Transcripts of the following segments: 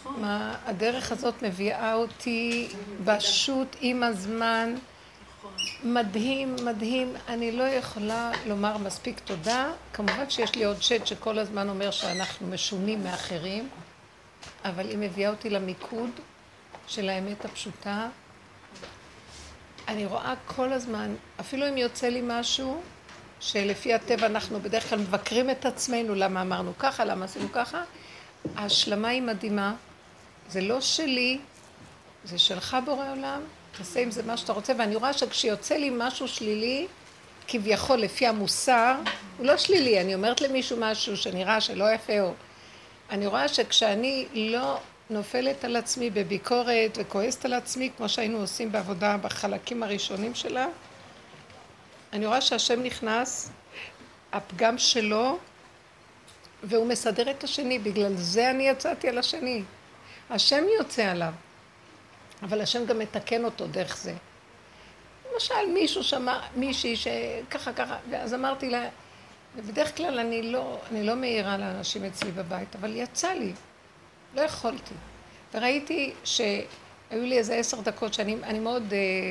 מה הדרך הזאת מביאה אותי פשוט עם הזמן. מדהים, מדהים. אני לא יכולה לומר מספיק תודה. כמובן שיש לי עוד שד שכל הזמן אומר שאנחנו משונים מאחרים, אבל היא מביאה אותי למיקוד של האמת הפשוטה. אני רואה כל הזמן, אפילו אם יוצא לי משהו, שלפי הטבע אנחנו בדרך כלל מבקרים את עצמנו, למה אמרנו ככה, למה עשינו ככה, ההשלמה היא מדהימה. זה לא שלי, זה שלך בורא עולם, תעשה עם זה מה שאתה רוצה, ואני רואה שכשיוצא לי משהו שלילי, כביכול לפי המוסר, הוא לא שלילי, אני אומרת למישהו משהו שנראה שלא יפה, או אני רואה שכשאני לא נופלת על עצמי בביקורת וכועסת על עצמי, כמו שהיינו עושים בעבודה בחלקים הראשונים שלה, אני רואה שהשם נכנס, הפגם שלו, והוא מסדר את השני, בגלל זה אני יצאתי על השני. השם יוצא עליו, אבל השם גם מתקן אותו דרך זה. למשל מישהו שמע, מישהי שככה ככה, ואז אמרתי לה, ובדרך כלל אני לא מעירה לאנשים אצלי בבית, אבל יצא לי, לא יכולתי. וראיתי שהיו לי איזה 10 דקות שאני מאוד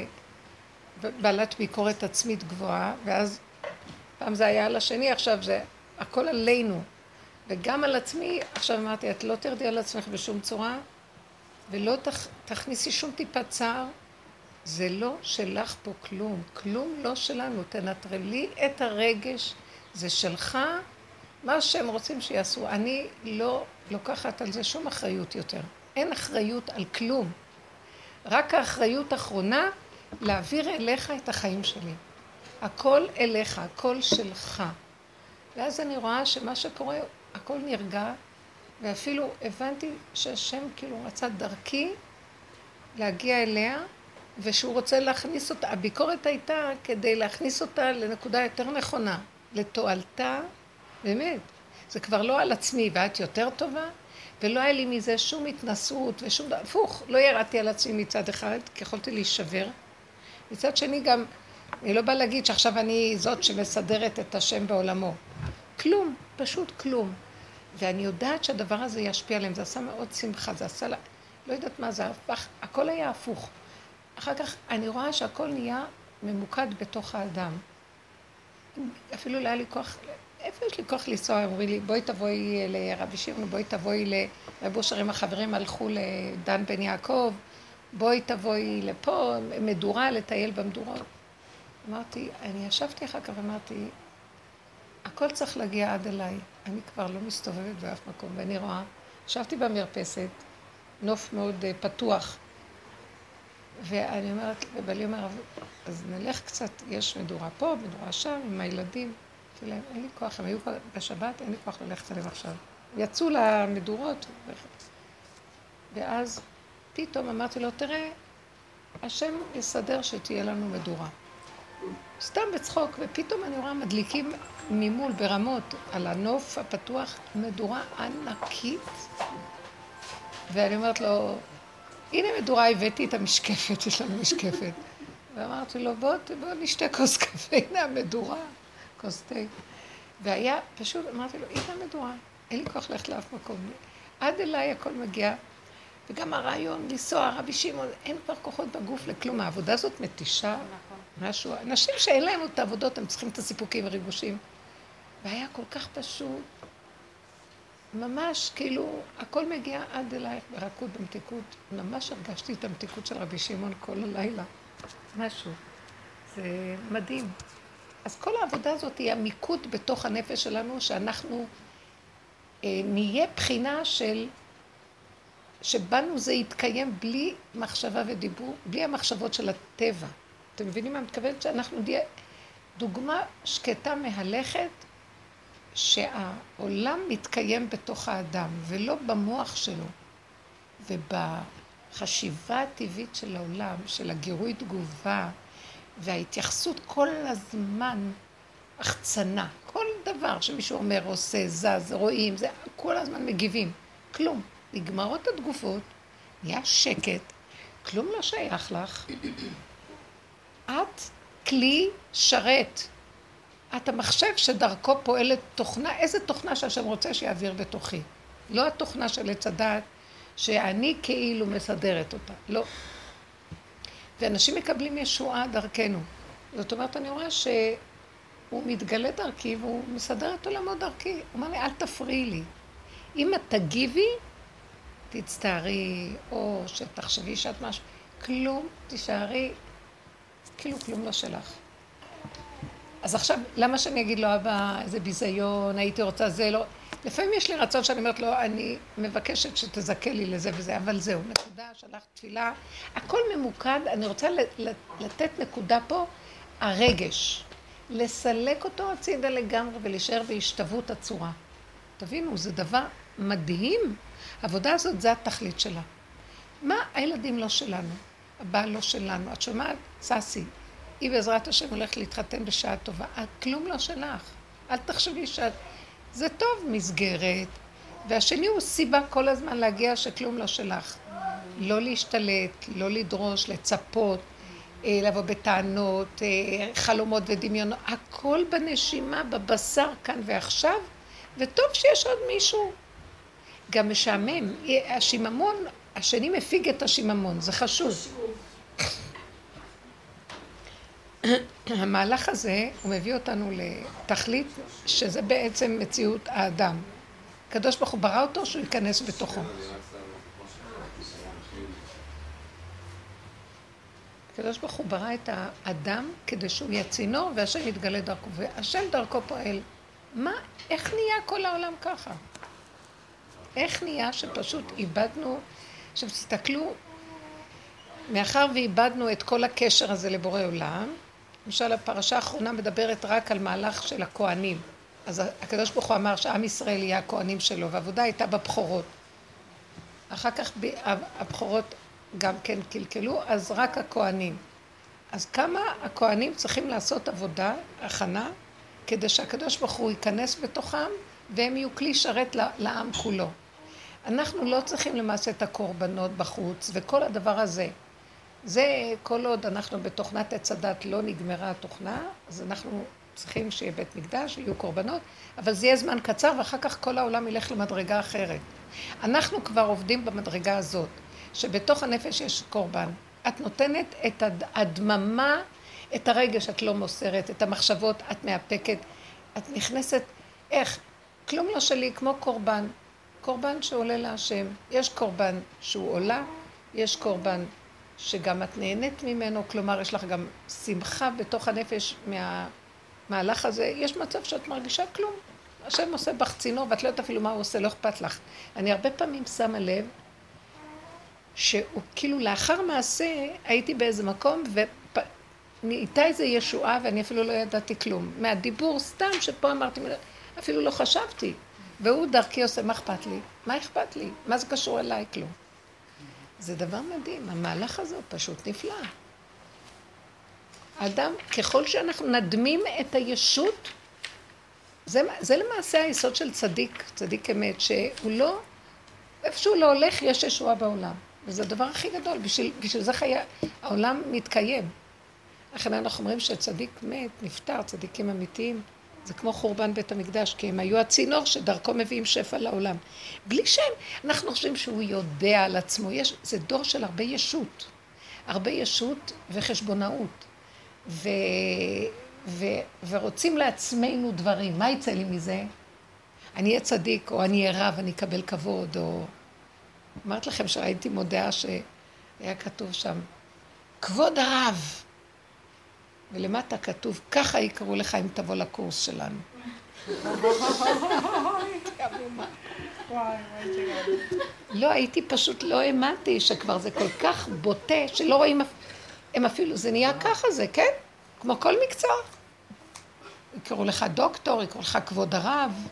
בעלת ביקורת עצמית גבוהה, ואז פעם זה היה על השני, עכשיו זה הכל עלינו. וגם על עצמי, עכשיו אמרתי, את לא תרדי על עצמך בשום צורה, ולא תכניסי שום טיפת צער, זה לא שלך פה כלום, כלום לא שלנו, תנטרלי את הרגש, זה שלך, מה שהם רוצים שיעשו. אני לא לוקחת על זה שום אחריות יותר, אין אחריות על כלום, רק האחריות האחרונה, להעביר אליך את החיים שלי. הכל אליך, הכל שלך. ואז אני רואה שמה שקורה, הכל נרגע, ואפילו הבנתי שהשם כאילו רצה דרכי להגיע אליה, ושהוא רוצה להכניס אותה. הביקורת הייתה כדי להכניס אותה לנקודה יותר נכונה, לתועלתה, באמת. זה כבר לא על עצמי, ואת יותר טובה, ולא היה לי מזה שום התנסות ושום דבר. הפוך, לא ירדתי על עצמי מצד אחד, כי יכולתי להישבר. מצד שני גם, אני לא באה להגיד שעכשיו אני זאת שמסדרת את השם בעולמו. כלום, פשוט כלום. ואני יודעת שהדבר הזה ישפיע עליהם, זה עשה מאוד שמחה, זה עשה לה, לא יודעת מה זה הפך, הכל היה הפוך. אחר כך אני רואה שהכל נהיה ממוקד בתוך האדם. אפילו לא היה לי כוח, איפה יש לי כוח לנסוע? אומרים לי, בואי תבואי לרבי שמעון, בואי תבואי לרב אושר, עם החברים הלכו לדן בן יעקב, בואי תבואי לפה, מדורה, לטייל במדורות. אמרתי, אני ישבתי אחר כך ואמרתי, הכל צריך להגיע עד אליי, אני כבר לא מסתובבת באף מקום, ואני רואה, ישבתי במרפסת, נוף מאוד פתוח, ואני אומרת, ובעלי אומר, אז נלך קצת, יש מדורה פה, מדורה שם, עם הילדים, אמרתי להם, אין לי כוח, הם היו בשבת, אין לי כוח ללכת עליהם עכשיו. יצאו למדורות, ואז פתאום אמרתי לו, תראה, השם יסדר שתהיה לנו מדורה. סתם בצחוק, ופתאום אני רואה מדליקים ממול ברמות על הנוף הפתוח, מדורה ענקית, ואני אומרת לו, הנה מדורה, הבאתי את המשקפת, יש לנו משקפת. ואמרתי לו, בוא נשתה כוס קפה, הנה המדורה, כוס תה. והיה, פשוט אמרתי לו, הנה המדורה, אין לי כוח ללכת לאף מקום. עד אליי הכל מגיע, וגם הרעיון לנסוע, רבי שמעון, אין כבר כוחות בגוף לכלום, העבודה הזאת מתישה, משהו. אנשים שאין להם את העבודות, הם צריכים את הסיפוקים וריגושים. והיה כל כך פשוט, ממש כאילו, הכל מגיע עד אלייך ברכות, במתיקות. ממש הרגשתי את המתיקות של רבי שמעון כל הלילה. משהו. זה מדהים. אז כל העבודה הזאת היא המיקוד בתוך הנפש שלנו, שאנחנו נהיה בחינה של, שבנו זה יתקיים בלי מחשבה ודיבור, בלי המחשבות של הטבע. אתם מבינים מה מתכוונת? שאנחנו נהיה דוגמה שקטה מהלכת, שהעולם מתקיים בתוך האדם, ולא במוח שלו, ובחשיבה הטבעית של העולם, של הגירוי תגובה, וההתייחסות כל הזמן, החצנה, כל דבר שמישהו אומר, עושה, זז, רואים, זה כל הזמן מגיבים, כלום. נגמרות התגובות, נהיה שקט, כלום לא שייך לך. את כלי שרת. את המחשב שדרכו פועלת תוכנה, איזה תוכנה שהשם רוצה שיעביר בתוכי. לא התוכנה של עץ הדעת, שאני כאילו מסדרת אותה. לא. ואנשים מקבלים ישועה דרכנו. זאת אומרת, אני רואה שהוא מתגלה דרכי והוא מסדר את עולמו דרכי. הוא אומר לי, אל תפריעי לי. אם את תגיבי, תצטערי, או שתחשבי שאת משהו. כלום, תישארי, כאילו כלום לא שלך. אז עכשיו, למה שאני אגיד לו, אבא, איזה ביזיון, הייתי רוצה זה, לא... לפעמים יש לי רצון שאני אומרת לו, אני מבקשת שתזכה לי לזה וזה, אבל זהו, נקודה, שלח תפילה, הכל ממוקד, אני רוצה לתת נקודה פה, הרגש, לסלק אותו הצידה לגמרי ולהישאר בהשתוות הצורה. תבינו, זה דבר מדהים, העבודה הזאת זה התכלית שלה. מה? הילדים לא שלנו, הבעל לא שלנו, את שומעת? ססי. היא בעזרת השם הולכת להתחתן בשעה טובה. כלום לא שלך. אל תחשבי שאת... זה טוב מסגרת. והשני הוא סיבה כל הזמן להגיע שכלום לא שלך. לא להשתלט, לא לדרוש, לצפות, לבוא בטענות, חלומות ודמיונות. הכל בנשימה, בבשר כאן ועכשיו. וטוב שיש עוד מישהו. גם משעמם. השיממון, השני מפיג את השיממון. זה חשוב. המהלך הזה, הוא מביא אותנו לתכלית, שזה בעצם מציאות האדם. הקדוש ברוך הוא ברא אותו, שהוא ייכנס בתוכו. הקדוש ברוך הוא ברא את האדם כדי שהוא יהיה צינור, והשם יתגלה דרכו, והשם דרכו פועל. מה? איך נהיה כל העולם ככה? איך נהיה שפשוט איבדנו, עכשיו תסתכלו, מאחר ואיבדנו את כל הקשר הזה לבורא עולם, למשל, הפרשה האחרונה מדברת רק על מהלך של הכהנים. אז הקדוש ברוך הוא אמר שעם ישראל יהיה הכהנים שלו, והעבודה הייתה בבחורות. אחר כך הבחורות גם כן קלקלו, אז רק הכהנים. אז כמה הכהנים צריכים לעשות עבודה, הכנה, כדי שהקדוש ברוך הוא ייכנס בתוכם, והם יהיו כלי שרת לעם כולו. אנחנו לא צריכים למעשה את הקורבנות בחוץ, וכל הדבר הזה. זה כל עוד אנחנו בתוכנת עץ הדת לא נגמרה התוכנה, אז אנחנו צריכים שיהיה בית מקדש, שיהיו קורבנות, אבל זה יהיה זמן קצר ואחר כך כל העולם ילך למדרגה אחרת. אנחנו כבר עובדים במדרגה הזאת, שבתוך הנפש יש קורבן. את נותנת את הדממה, את הרגש את לא מוסרת, את המחשבות את מאפקת, את נכנסת, איך? כלום לא שלי, כמו קורבן. קורבן שעולה להשם. יש קורבן שהוא עולה, יש קורבן שגם את נהנית ממנו, כלומר יש לך גם שמחה בתוך הנפש מהמהלך הזה, יש מצב שאת מרגישה כלום. השם עושה בך צינור ואת לא יודעת אפילו מה הוא עושה, לא אכפת לך. אני הרבה פעמים שמה לב שהוא כאילו לאחר מעשה הייתי באיזה מקום ונהייתה איזו ישועה ואני אפילו לא ידעתי כלום. מהדיבור סתם שפה אמרתי, אפילו לא חשבתי. והוא דרכי עושה, מה אכפת לי? מה אכפת לי? מה זה קשור אליי? כלום. זה דבר מדהים, המהלך הזה הוא פשוט נפלא. האדם, ככל שאנחנו נדמים את הישות, זה למעשה היסוד של צדיק, צדיק אמת, שהוא לא, איפה שהוא לא הולך, יש ישועה בעולם. וזה הדבר הכי גדול, בשביל זה העולם מתקיים. לכן אנחנו אומרים שצדיק מת, נפטר, צדיקים אמיתיים, זה כמו חורבן בית המקדש, כי הם היו הצינור שדרכו מביאים שפע לעולם. בלי שהם, אנחנו חושבים שהוא יודע על עצמו. זה דור של הרבה ישות וחשבונאות. ורוצים לעצמנו דברים. מה יצא לי מזה? אני אהיה צדיק, או אני אהיה רב, אני אקבל כבוד, או... אמרת לכם שראיתי מודעה שהיה כתוב שם, כבוד הרב. ולמטה כתוב, ככה יקראו לך אם תבוא לקורס שלנו. לא, הייתי פשוט לא האמנתי שכבר זה כל כך בוטה, שלא רואים, הם אפילו, זה נהיה ככה זה, כן? כמו כל מקצוע. יקראו לך דוקטור, יקראו לך כבוד הרב.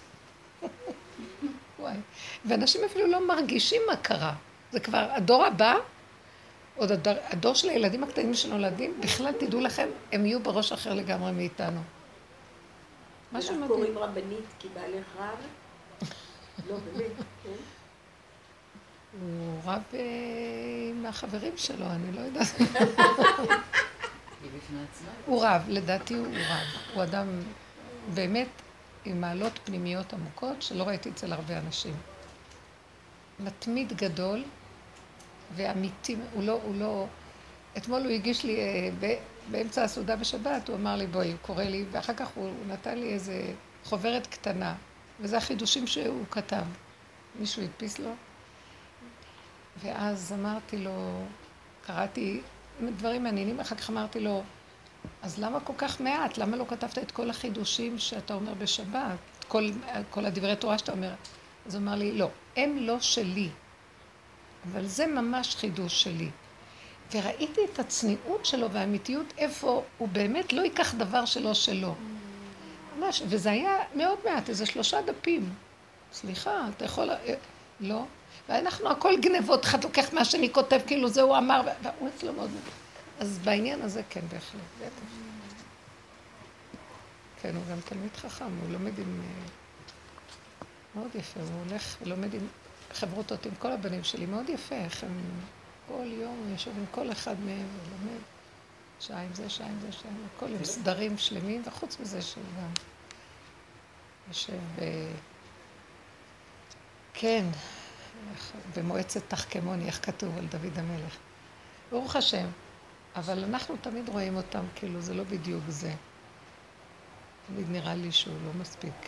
ואנשים אפילו לא מרגישים מה קרה. זה כבר הדור הבא, עוד הדור של הילדים הקטנים שנולדים, בכלל תדעו לכם, הם יהיו בראש אחר לגמרי מאיתנו. משהו מדהים. קוראים רבנית כי בעלך רב? לא, באמת, כן? הוא רב עם החברים שלו, אני לא יודעת. הוא רב, לדעתי הוא רב. הוא אדם באמת עם מעלות פנימיות עמוקות, שלא ראיתי אצל הרבה אנשים. מתמיד גדול ואמיתי, הוא לא... אתמול הוא הגיש לי, באמצע הסעודה בשבת, הוא אמר לי בואי, הוא קורא לי, ואחר כך הוא נתן לי איזה חוברת קטנה, וזה החידושים שהוא כתב. מישהו הדפיס לו, ואז אמרתי לו, קראתי דברים מעניינים, אחר כך אמרתי לו, אז למה כל כך מעט? למה לא כתבת את כל החידושים שאתה אומר בשבת? כל הדברי תורה שאתה אומר? אז הוא אמר לי, לא, הם לא שלי, אבל זה ממש חידוש שלי. וראיתי את הצניעות שלו והאמיתיות, איפה הוא באמת לא ייקח דבר שלו. ממש, וזה היה מאוד מעט, איזה 3 דפים. סליחה, אתה יכול... לא. ואנחנו הכל גנבות, אחד לוקח מה שאני כותב, כאילו זה הוא אמר, והוא אצלו מאוד... אז בעניין הזה כן, בהחלט, בטח. כן, הוא גם תלמיד חכם, הוא לומד עם... מאוד יפה, הוא הולך ולומד עם חברותות, עם כל הבנים שלי, מאוד יפה, איך הם... כל יום הוא יושב עם כל אחד מהם ולומד שעה עם זה, שעה עם זה, שעה עם זה, כל יום סדרים שלמים, וחוץ מזה שהוא גם יושב כן, במועצת תחכמוני, איך כתוב על דוד המלך. ברוך השם, אבל אנחנו תמיד רואים אותם, כאילו זה לא בדיוק זה. תמיד נראה לי שהוא לא מספיק...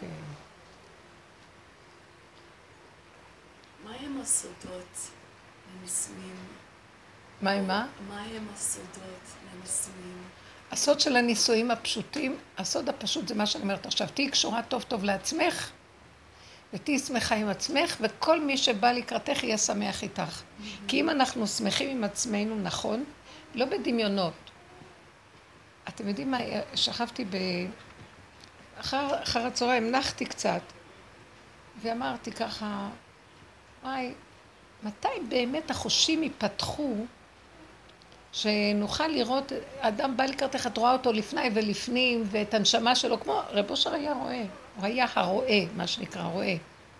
מה הם הסודות לנישואים? מה עם מה? מה הם הסודות לנישואים? הסוד של הנישואים הפשוטים, הסוד הפשוט זה מה שאני אומרת עכשיו, תהי קשורה טוב טוב לעצמך, ותהי שמחה עם עצמך, וכל מי שבא לקראתך יהיה שמח איתך. כי אם אנחנו שמחים עם עצמנו נכון, לא בדמיונות. אתם יודעים מה, שכבתי אחר הצהריים, נחתי קצת, ואמרתי ככה, וואי, מתי באמת החושים ייפתחו, שנוכל לראות, אדם בא לקראתך, את רואה אותו לפני ולפנים, ואת הנשמה שלו, כמו רב אושר היה רואה, הוא היה הרואה, מה שנקרא רואה.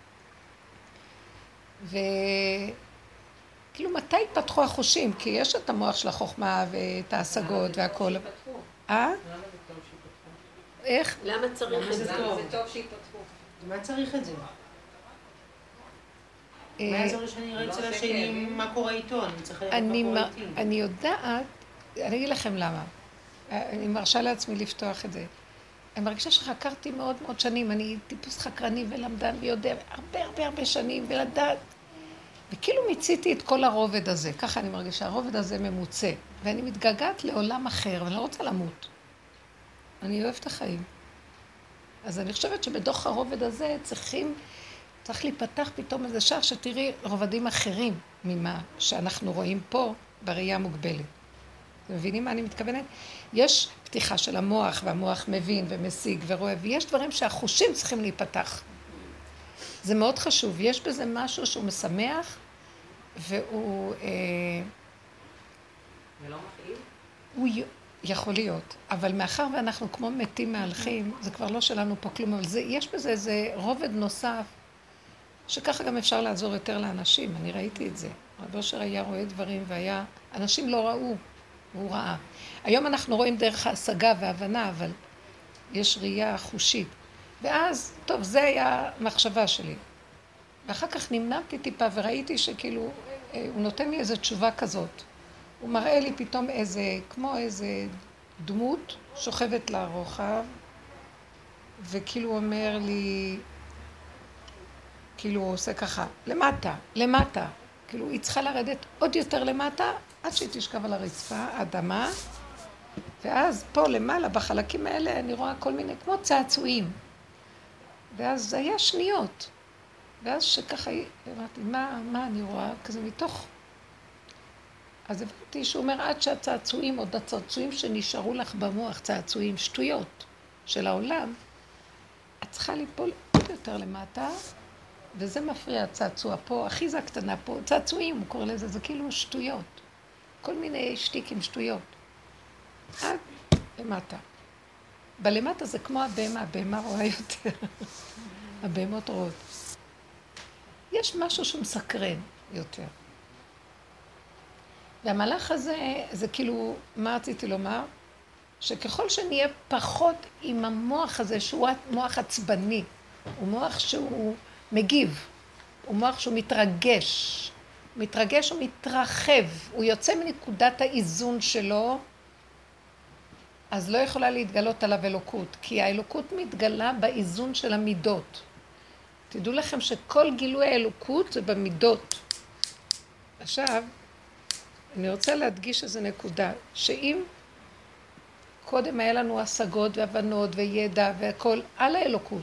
וכאילו מתי ייפתחו החושים? כי יש את המוח של החוכמה ואת ההשגות והכל. למה זה טוב שיפתחו? אה? למה זה טוב שיפתחו? איך? למה צריך את זה? טוב? זה טוב שיפתחו. מה צריך את זה? מה יעזור שאני אראה אצל השני מה קורה איתו? אני צריכה לראות מה קורה איתי. אני יודעת, אני אגיד לכם למה. אני מרשה לעצמי לפתוח את זה. אני מרגישה שחקרתי מאוד מאוד שנים, אני טיפוס חקרני ולמדן ויודע הרבה שנים ולדעת. וכאילו מיציתי את כל הרובד הזה, ככה אני מרגישה, הרובד הזה ממוצא. ואני מתגעגעת לעולם אחר, ואני לא רוצה למות. אני אוהבת את החיים. אז אני חושבת שבדוח הרובד הזה צריך להיפתח פתאום איזה שער שתראי רובדים אחרים ממה שאנחנו רואים פה בראייה מוגבלת. אתם מבינים מה אני מתכוונת? יש פתיחה של המוח, והמוח מבין ומשיג ורואה, ויש דברים שהחושים צריכים להיפתח. זה מאוד חשוב, יש בזה משהו שהוא משמח, והוא... ולא מכאיב? הוא יכול להיות, אבל מאחר ואנחנו כמו מתים מהלכים, זה כבר לא שלנו פה כלום, אבל יש בזה איזה רובד נוסף, שככה גם אפשר לעזור יותר לאנשים, אני ראיתי את זה. רב אושר היה רואה דברים והיה... אנשים לא ראו, והוא ראה. היום אנחנו רואים דרך ההשגה וההבנה, אבל יש ראייה חושית. ואז, טוב, זה היה המחשבה שלי. ואחר כך נמנמתי טיפה וראיתי שכאילו, הוא נותן לי איזו תשובה כזאת. הוא מראה לי פתאום כמו איזה דמות שוכבת לרוחב, וכאילו הוא אומר לי, כאילו הוא עושה ככה, למטה. כאילו היא צריכה לרדת עוד יותר למטה, עד שהיא תשכב על הרצפה, אדמה, ואז פה למעלה, בחלקים האלה, אני רואה כל מיני, כמו צעצועים. ואז זה היה שניות. ואז שככה אמרתי, מה אני רואה? כזה מתוך... אז הבנתי שהוא אומר, עד שהצעצועים, עוד הצעצועים שנשארו לך במוח, צעצועים, שטויות של העולם, את צריכה ליפול עוד יותר למטה, וזה מפריע, הצעצוע פה, אחיזה קטנה פה, צעצועים, הוא קורא לזה, זה כאילו שטויות. כל מיני שטיקים, שטויות. עד למטה. בלמטה זה כמו הבהמה רואה יותר. הבהמות רואות. יש משהו שמסקרן יותר. והמהלך הזה, זה כאילו, מה רציתי לומר? שככל שנהיה פחות עם המוח הזה, שהוא מוח עצבני, הוא מוח שהוא מגיב, הוא מוח שהוא מתרגש. מתרגש ומתרחב. הוא יוצא מנקודת האיזון שלו, אז לא יכולה להתגלות עליו אלוקות, כי האלוקות מתגלה באיזון של המידות. תדעו לכם שכל גילוי האלוקות זה במידות. עכשיו, אני רוצה להדגיש איזו נקודה, שאם קודם היה לנו השגות והבנות וידע והכל על האלוקות,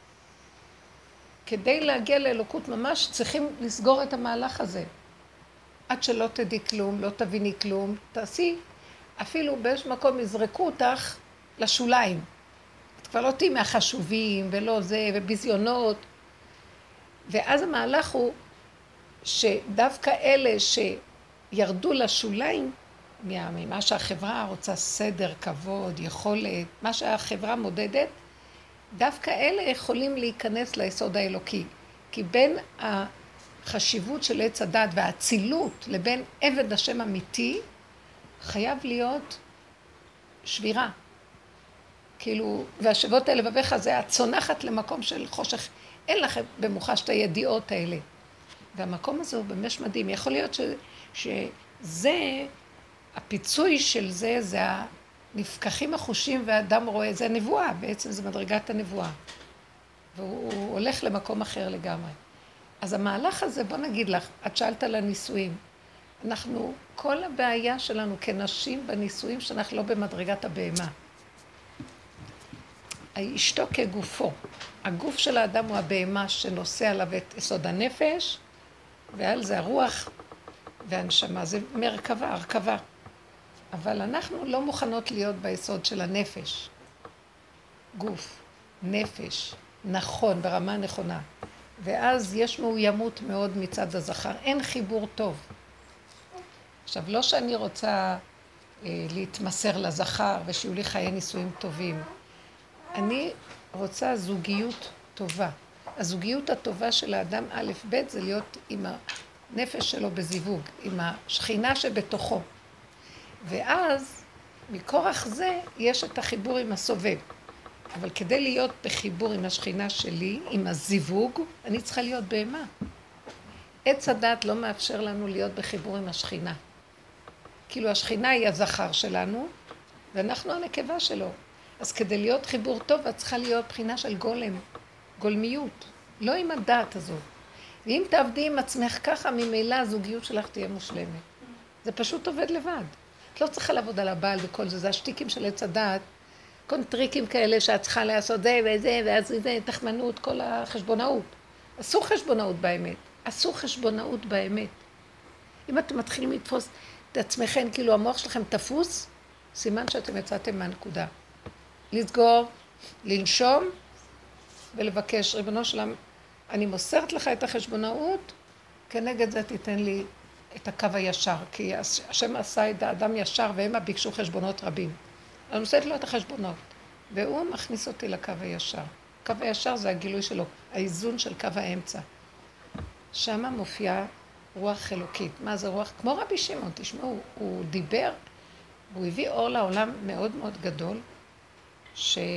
כדי להגיע לאלוקות ממש צריכים לסגור את המהלך הזה. עד שלא תדעי כלום, לא תביני כלום, תעשי, אפילו באיזשהו מקום יזרקו אותך לשוליים. את כבר לא תהי מהחשובים ולא זה, וביזיונות. ואז המהלך הוא שדווקא אלה שירדו לשוליים, ממה שהחברה רוצה סדר, כבוד, יכולת, מה שהחברה מודדת, דווקא אלה יכולים להיכנס ליסוד האלוקי. כי בין החשיבות של עץ הדת והאצילות לבין עבד השם אמיתי, חייב להיות שבירה. כאילו, והשבות האלה לבביך זה הצונחת למקום של חושך. אין לכם במוחש את הידיעות האלה. והמקום הזה הוא ממש מדהים. יכול להיות שזה, הפיצוי של זה, זה הנפקחים החושים והאדם רואה, זה הנבואה, בעצם זה מדרגת הנבואה. והוא הולך למקום אחר לגמרי. אז המהלך הזה, בוא נגיד לך, את שאלת על הנישואים. אנחנו, כל הבעיה שלנו כנשים בנישואים שאנחנו לא במדרגת הבהמה. אשתו כגופו. הגוף של האדם הוא הבהמה שנושא עליו את יסוד הנפש, ועל זה הרוח והנשמה. זה מרכבה, הרכבה. אבל אנחנו לא מוכנות להיות ביסוד של הנפש. גוף, נפש, נכון, ברמה נכונה. ואז יש מאוימות מאוד מצד הזכר. אין חיבור טוב. עכשיו, לא שאני רוצה להתמסר לזכר ושיהיו לי חיי נישואים טובים. אני רוצה זוגיות טובה. הזוגיות הטובה של האדם א' ב' זה להיות עם הנפש שלו בזיווג, עם השכינה שבתוכו. ואז, מכורח זה, יש את החיבור עם הסובב. אבל כדי להיות בחיבור עם השכינה שלי, עם הזיווג, אני צריכה להיות בהמה. עץ הדת לא מאפשר לנו להיות בחיבור עם השכינה. כאילו השכינה היא הזכר שלנו, ואנחנו הנקבה שלו. אז כדי להיות חיבור טוב, את צריכה להיות בחינה של גולם, גולמיות, לא עם הדעת הזאת. ואם תעבדי עם עצמך ככה, ממילא הזוגיות שלך תהיה מושלמת. זה פשוט עובד לבד. את לא צריכה לעבוד על הבעל וכל זה, זה השטיקים של עץ הדעת, כל טריקים כאלה שאת צריכה לעשות זה וזה, ואז זה תחמנות, כל החשבונאות. אסור חשבונאות באמת, אסור חשבונאות באמת. אם אתם מתחילים לתפוס את עצמכם, כאילו המוח שלכם תפוס, סימן שאתם יצאתם מהנקודה. לסגור, לנשום ולבקש, ריבונו שלם, אני מוסרת לך את החשבונאות, כנגד זה תיתן לי את הקו הישר, כי השם עשה את האדם ישר והם ביקשו חשבונות רבים. אני מוסרת לו את החשבונות, והוא מכניס אותי לקו הישר. קו הישר זה הגילוי שלו, האיזון של קו האמצע. שמה מופיעה רוח אלוקית. מה זה רוח? כמו רבי שמעון, תשמעו, הוא דיבר, הוא הביא אור לעולם מאוד מאוד גדול, שהוא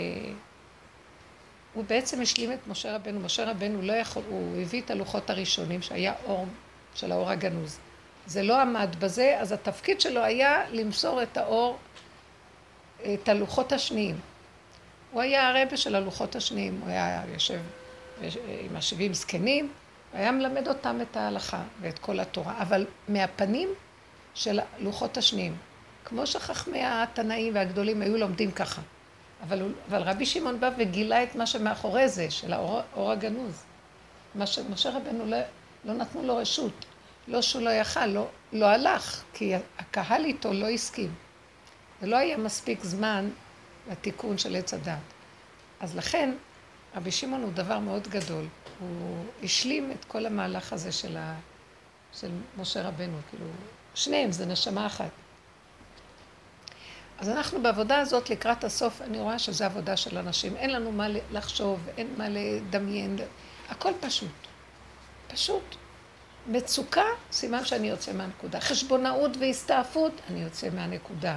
בעצם השלים את משה רבנו. משה רבנו לא יכול, הוא הביא את הלוחות הראשונים שהיה אור של האור הגנוז. זה לא עמד בזה, אז התפקיד שלו היה למסור את האור, את הלוחות השניים. הוא היה הרבה של הלוחות השניים, הוא היה יושב עם ה70 זקנים, והיה מלמד אותם את ההלכה ואת כל התורה, אבל מהפנים של הלוחות השניים. כמו שחכמי התנאים והגדולים היו לומדים ככה. אבל רבי שמעון בא וגילה את מה שמאחורי זה, של האור הגנוז. מה שמשה רבנו לא נתנו לו רשות, לא שהוא לא יכל, לא הלך, כי הקהל איתו לא הסכים. ולא היה מספיק זמן לתיקון של עץ הדת. אז לכן, רבי שמעון הוא דבר מאוד גדול. הוא השלים את כל המהלך הזה של משה רבנו, כאילו, שניהם זה נשמה אחת. אז אנחנו בעבודה הזאת לקראת הסוף, אני רואה שזו עבודה של אנשים. אין לנו מה לחשוב, אין מה לדמיין, הכל פשוט. פשוט. מצוקה, סימן שאני יוצא מהנקודה. חשבונאות והסתעפות, אני יוצא מהנקודה.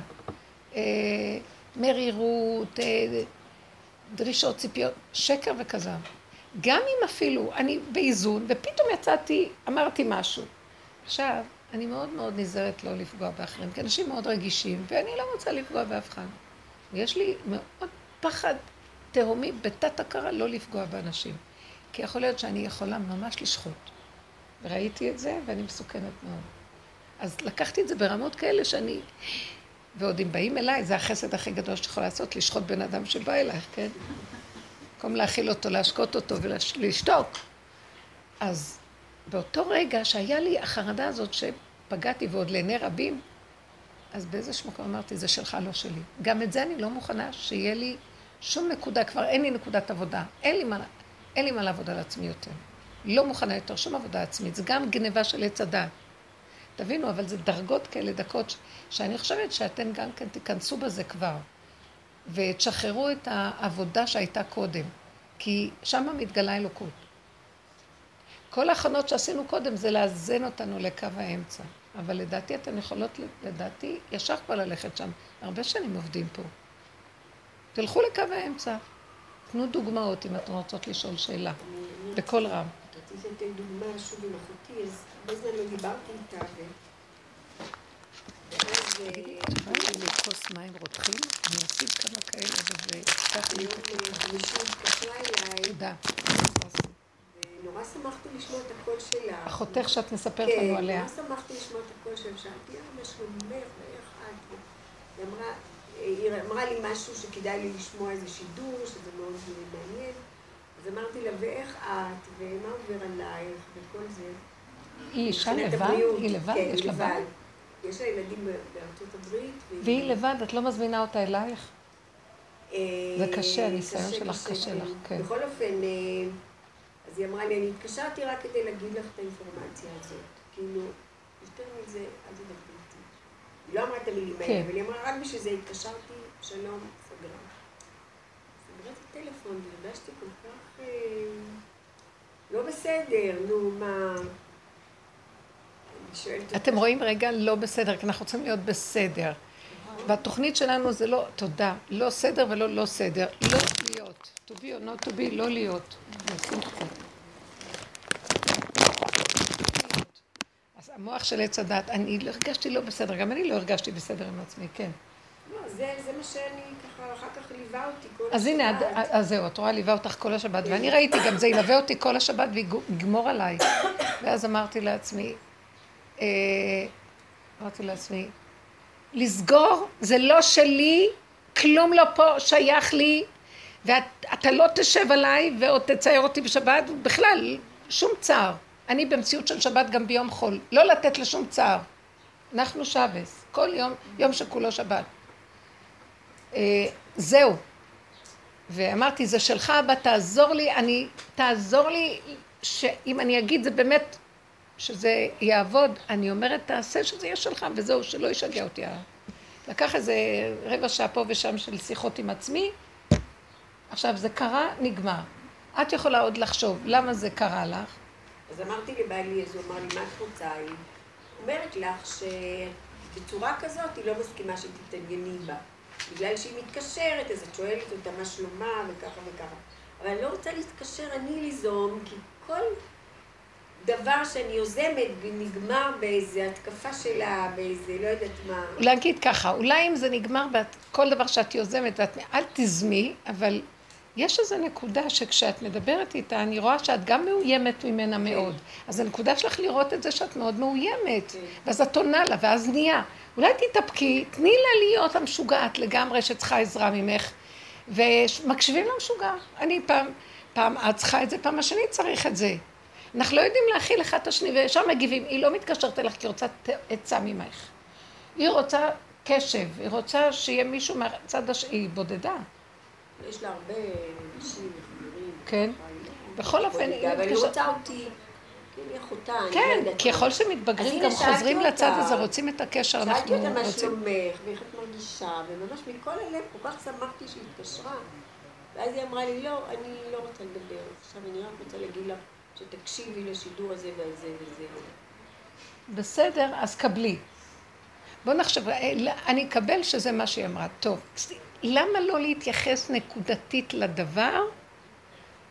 מרירות, דרישות, ציפיות, שקר וכזב. גם אם אפילו אני באיזון, ופתאום יצאתי, אמרתי משהו. עכשיו, אני מאוד מאוד נזהרת לא לפגוע באחרים, כי אנשים מאוד רגישים, ואני לא רוצה לפגוע באף אחד. ויש לי מאוד פחד תהומי בתת הכרה לא לפגוע באנשים. כי יכול להיות שאני יכולה ממש לשחוט. וראיתי את זה, ואני מסוכנת מאוד. אז לקחתי את זה ברמות כאלה שאני... ועוד אם באים אליי, זה החסד הכי גדול שיכול לעשות, לשחוט בן אדם שבא אלייך, כן? במקום להאכיל אותו, להשקות אותו ולשתוק. אז באותו רגע שהיה לי החרדה הזאת שפגעתי ועוד לעיני רבים, אז באיזשהו מקום אמרתי, זה שלך, לא שלי. גם את זה אני לא מוכנה שיהיה לי שום נקודה, כבר אין לי נקודת עבודה. אין לי מה לעבוד על עצמי יותר. לא מוכנה יותר שום עבודה עצמית. זה גם גניבה של עץ הדעת. תבינו, אבל זה דרגות כאלה, דקות, שאני חושבת שאתם גם כן תיכנסו בזה כבר, ותשחררו את העבודה שהייתה קודם, כי שם מתגלה אלוקות. כל ההכנות שעשינו קודם זה לאזן אותנו לקו האמצע, אבל לדעתי אתן יכולות, לדעתי, ישר כבר ללכת שם. הרבה שנים עובדים פה. תלכו לקו האמצע. תנו דוגמאות אם אתן רוצות לשאול שאלה, בכל רם. רציתי לתת דוגמה שוב עם אחותי, אז הרבה זמן לא דיברתי איתה, תגידי לי כוס מים רותחים, אני אוסיף כמה כאלה וכך לי את היום חמישי התקשרה אליי. תודה. ונורא שמחתי לשמוע את הקול שלה. אחותך שאת מספרת לנו עליה. כן, נורא שמחתי לשמוע את הקול שלה. שאלתי, מה שלומך ואיך את? היא אמרה לי משהו שכדאי לי לשמוע איזה שידור, שזה מאוד מעניין. אז אמרתי לה, ואיך את? ומה עובר עלייך? וכל זה. היא אישה לבד? היא לבד? כן, יש לה בית? יש לה ילדים בארצות הברית. והיא לבד? את לא מזמינה אותה אלייך? זה קשה, הניסיון שלך קשה לך, כן. בכל אופן, אז היא אמרה לי, אני התקשרתי רק כדי להגיד לך את האינפורמציה הזאת. כאילו, יותר מזה, אל תדברי איתי. היא לא אמרה את המילים האלה, אבל היא אמרה, רק בשביל זה התקשרתי, שלום, סגרה. סגרה את הטלפון, והרגשתי כל כך לא בסדר, נו, מה... אתם רואים רגע לא בסדר, כי אנחנו רוצים להיות בסדר. והתוכנית שלנו זה לא, תודה, לא סדר ולא לא סדר, לא להיות. To be or not to be, לא להיות. נשים קצת. אז המוח של עץ הדת, אני לא הרגשתי לא בסדר, גם אני לא הרגשתי בסדר עם עצמי, כן. לא, זה מה שאני ככה, אחר כך ליווה אותי כל השבת. אז הנה, אז זהו, את רואה, ליווה אותך כל השבת, ואני ראיתי, גם זה ילווה אותי כל השבת ויגמור עליי. ואז אמרתי לעצמי, לסגור, זה לא שלי, כלום לא פה שייך לי, ואתה לא תשב עליי ועוד תצייר אותי בשבת, בכלל, שום צער. אני במציאות של שבת גם ביום חול, לא לתת לשום צער. אנחנו שבס, כל יום שכולו שבת. זהו. ואמרתי, זה שלך אבא, תעזור לי, שאם אני אגיד זה באמת, שזה יעבוד, אני אומרת, תעשה שזה יהיה שלך, וזהו, שלא ישגע אותי. לקח איזה רבע שעה פה ושם של שיחות עם עצמי, עכשיו זה קרה, נגמר. את יכולה עוד לחשוב, למה זה קרה לך? אז אמרתי לבעלי, אז הוא אמר לי, מה את רוצה? היא אומרת לך שבצורה כזאת היא לא מסכימה שתתענייני בה. בגלל שהיא מתקשרת, אז את שואלת אותה מה שלומה וככה וככה. אבל אני לא רוצה להתקשר, אני ליזום, כי כל דבר שאני יוזמת נגמר באיזו התקפה שלה, באיזה לא יודעת מה. להגיד ככה, אולי אם זה נגמר בכל דבר שאת יוזמת, אל תזמי, אבל יש איזו נקודה שכשאת מדברת איתה, אני רואה שאת גם מאוימת ממנה מאוד. אז הנקודה שלך לראות את זה שאת מאוד מאוימת, ואז את עונה לה, ואז נהיה. אולי תתאפקי, תני לה להיות המשוגעת לגמרי שצריכה עזרה ממך, ומקשיבים למשוגע. אני פעם את צריכה את זה, פעם השני צריך את זה. אנחנו לא יודעים להכיל אחד את השני, ושם מגיבים. היא לא מתקשרת אליך כי היא רוצה עצה ממך. היא רוצה קשב, היא רוצה שיהיה מישהו מהצד השני, היא בודדה. יש לה הרבה נשים וחברים. כן. בכל אופן, אבל היא רוצה אותי, היא אחותה. כן, ככל שמתבגרים גם חוזרים לצד הזה, רוצים את הקשר, אנחנו רוצים. שאלתי אותה מה רוצים. שלומך, ואיך את מרגישה, וממש מכל הלב כל כך שמחתי שהיא התקשרה. ואז היא אמרה לי, לא, אני לא רוצה לדבר. עכשיו אני רק רוצה להגיד לך שתקשיבי לשידור הזה וזה וזה. בסדר, אז קבלי. בוא נחשב, אני אקבל שזה מה שהיא אמרה. טוב, למה לא להתייחס נקודתית לדבר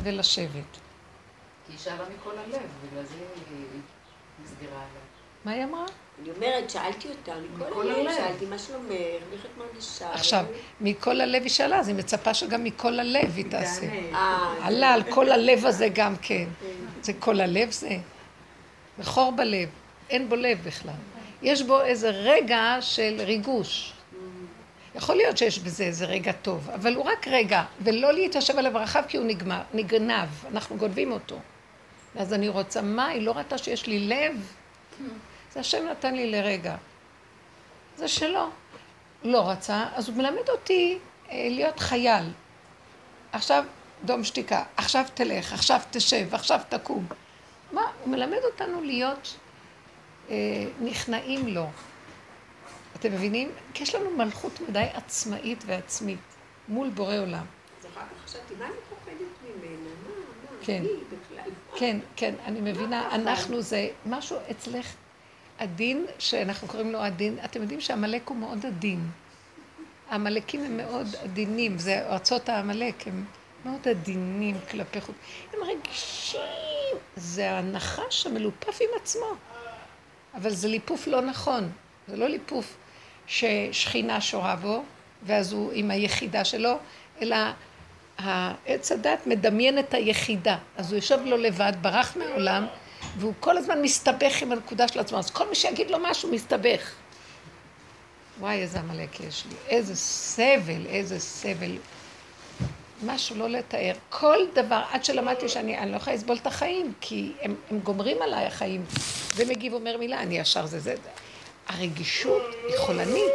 ולשבת. כי היא שאלה מכל הלב, בגלל זה היא נסגרה עליו. מה היא אמרה? אני אומרת, שאלתי אותה, מכל הלב, שאלתי מה שלומך, איך את מרגישה. עכשיו, מכל הלב היא שאלה, אז היא מצפה שגם מכל הלב היא תעשה. עלה על כל הלב הזה גם כן. זה כל הלב זה. וחור בלב, אין בו לב בכלל. יש בו איזה רגע של ריגוש. יכול להיות שיש בזה איזה רגע טוב, אבל הוא רק רגע, ולא להתיישב עליו רחב כי הוא נגנב, אנחנו גונבים אותו. אז אני רוצה, מה? היא לא ראתה שיש לי לב? זה השם נתן לי לרגע. זה שלו. לא רצה, אז הוא מלמד אותי להיות חייל. עכשיו דום שתיקה, עכשיו תלך, עכשיו תשב, עכשיו תקום. מה? הוא מלמד אותנו להיות נכנעים לו. אתם מבינים? כי יש לנו מלכות מדי עצמאית ועצמית מול בורא עולם. אז אחר כך חשבתי, מה אני פוחדת ממנה? כן, אני בכלל. כן, כן, אני מבינה, אנחנו זה משהו אצלך עדין, שאנחנו קוראים לו עדין. אתם יודעים שהמלאק הוא מאוד עדין. המלאקים הם מאוד עדינים, זה ארצות המלאק, הם מאוד עדינים כלפי חוץ. הם רגישים, זה הנחש המלופף עם עצמו. אבל זה ליפוף לא נכון, זה לא ליפוף ששכינה שורה בו, ואז הוא עם היחידה שלו, אלא העץ הדת מדמיין את היחידה. אז הוא יושב לו לבד, ברח מהעולם, והוא כל הזמן מסתבך עם הנקודה של עצמו. אז כל מי שיגיד לו משהו מסתבך. וואי, איזה עמלק יש לי. איזה סבל, איזה סבל. משהו לא לתאר. כל דבר, עד שלמדתי שאני לא יכולה לסבול את החיים, כי הם גומרים עליי החיים. ומגיב אומר מילה, אני ישר זה. הרגישות היא חולנית.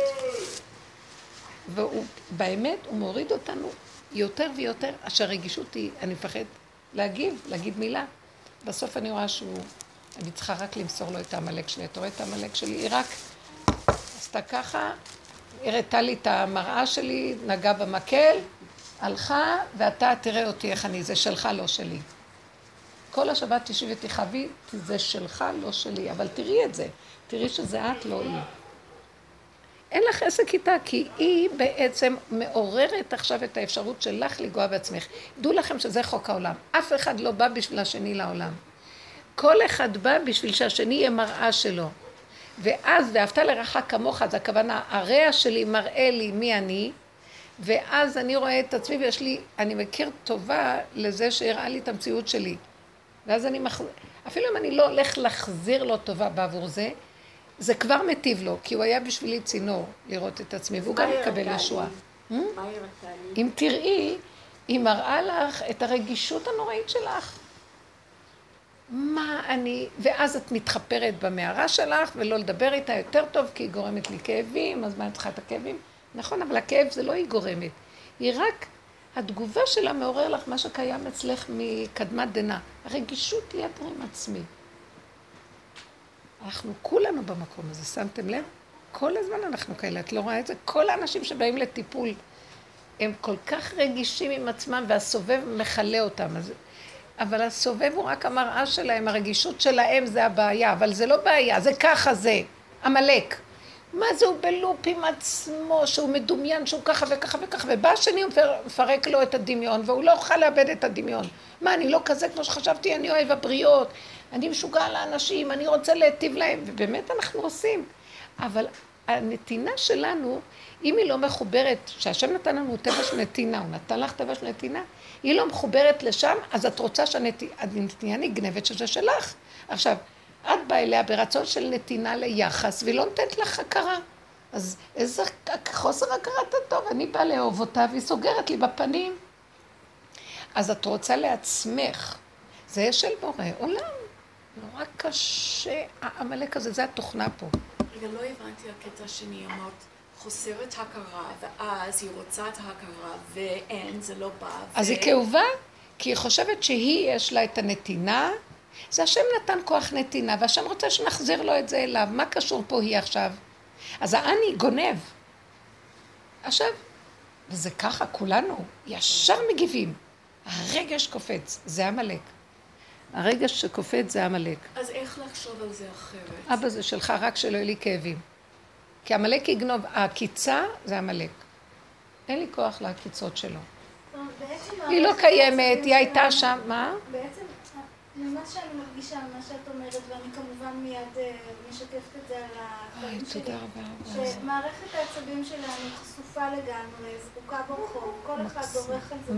ובאמת הוא מוריד אותנו יותר ויותר, אשר הרגישות היא, אני מפחד להגיד מילה. בסוף אני רואה אני צריכה רק למסור לו את העמלק שלי. אתה רואה את העמלק שלי? היא רק עשתה ככה, הראתה לי את המראה שלי, נגעה במקל, הלכה, ואתה תראה אותי איך אני, זה שלך, לא שלי. כל השבת תשבי ותחווי, זה שלך, לא שלי, אבל תראי את זה. תראי שזה את, לא היא. אין לך עסק איתה, כי היא בעצם מעוררת עכשיו את האפשרות שלך לגוע בעצמך. דעו לכם שזה חוק העולם. אף אחד לא בא בשביל השני לעולם. כל אחד בא בשביל שהשני יהיה מראה שלו. ואז, ואהבת לרעך כמוך, אז הכוונה, הרע שלי מראה לי מי אני, ואז אני רואה את עצמי אני מכיר טובה לזה שהראה לי את המציאות שלי. ואז אפילו אם אני לא הולך להחזיר לו טובה בעבור זה, זה כבר מטיב לו, כי הוא היה בשבילי צינור לראות את עצמי, והוא גם יקבל ישועה. אם תראי, היא מראה לך את הרגישות הנוראית שלך. ואז את מתחפרת במערה שלך, ולא לדבר איתה יותר טוב, כי היא גורמת לי כאבים, אז מה אני צריכה את הכאבים? נכון, אבל הכאב זה לא היא גורמת. היא רק, התגובה שלה מעורר לך מה שקיים אצלך מקדמת דנה. הרגישות היא יתר עם עצמי. אנחנו כולנו במקום הזה, שמתם לב? כל הזמן אנחנו כאלה, את לא רואה את זה? כל האנשים שבאים לטיפול, הם כל כך רגישים עם עצמם, והסובב מחלה אותם. אבל הסובב הוא רק המראה שלהם, הרגישות שלהם זה הבעיה, אבל זה לא בעיה, זה ככה זה, עמלק. מה זה הוא בלופ עם עצמו, שהוא מדומיין, שהוא ככה וככה וככה, ובא השני הוא מפרק לו את הדמיון, והוא לא יוכל לאבד את הדמיון. מה, אני לא כזה כמו שחשבתי, אני אוהב הבריות, אני משוגע לאנשים, אני רוצה להיטיב להם, ובאמת אנחנו עושים. אבל הנתינה שלנו, אם היא לא מחוברת, שהשם נתן לנו טבע של נתינה, הוא נתן לך טבע של נתינה, היא לא מחוברת לשם, אז את רוצה שהנתינה נגנבת שזה שלך. עכשיו, את באה אליה ברצון של נתינה ליחס, והיא לא נותנת לך הכרה. אז איזה חוסר הכרת הטוב, אני באה לאהוב אותה, והיא סוגרת לי בפנים. אז את רוצה לעצמך, זה של בורא עולם. נורא קשה, העמלק הזה, זה התוכנה פה. רגע, לא הבנתי הקטע שני, אמרת, חוסרת הכרה, ואז היא רוצה את ההכרה, ואין, זה לא בא. אז היא כאובה, כי היא חושבת שהיא יש לה את הנתינה, זה השם נתן כוח נתינה, והשם רוצה שנחזיר לו את זה אליו. מה קשור פה היא עכשיו? אז האני גונב. עכשיו, וזה ככה, כולנו ישר מגיבים. הרגש קופץ, זה עמלק. הרגש שקופץ זה עמלק. אז איך לחשוב על זה אחרת? אבא זה שלך, רק שלא יהיה לי כאבים. כי עמלק יגנוב, הקיצה זה עמלק. אין לי כוח להקיצות שלו. היא לא קיימת, היא הייתה שם, מה? בעצם, ממה שאני מרגישה, מה שאת אומרת, ואני כמובן מיד משקפת את זה על החיים שלי. תודה רבה. שמערכת העצבים שלנו חשופה לגמרי, זרוקה ברחוב, כל אחד דורך על זה.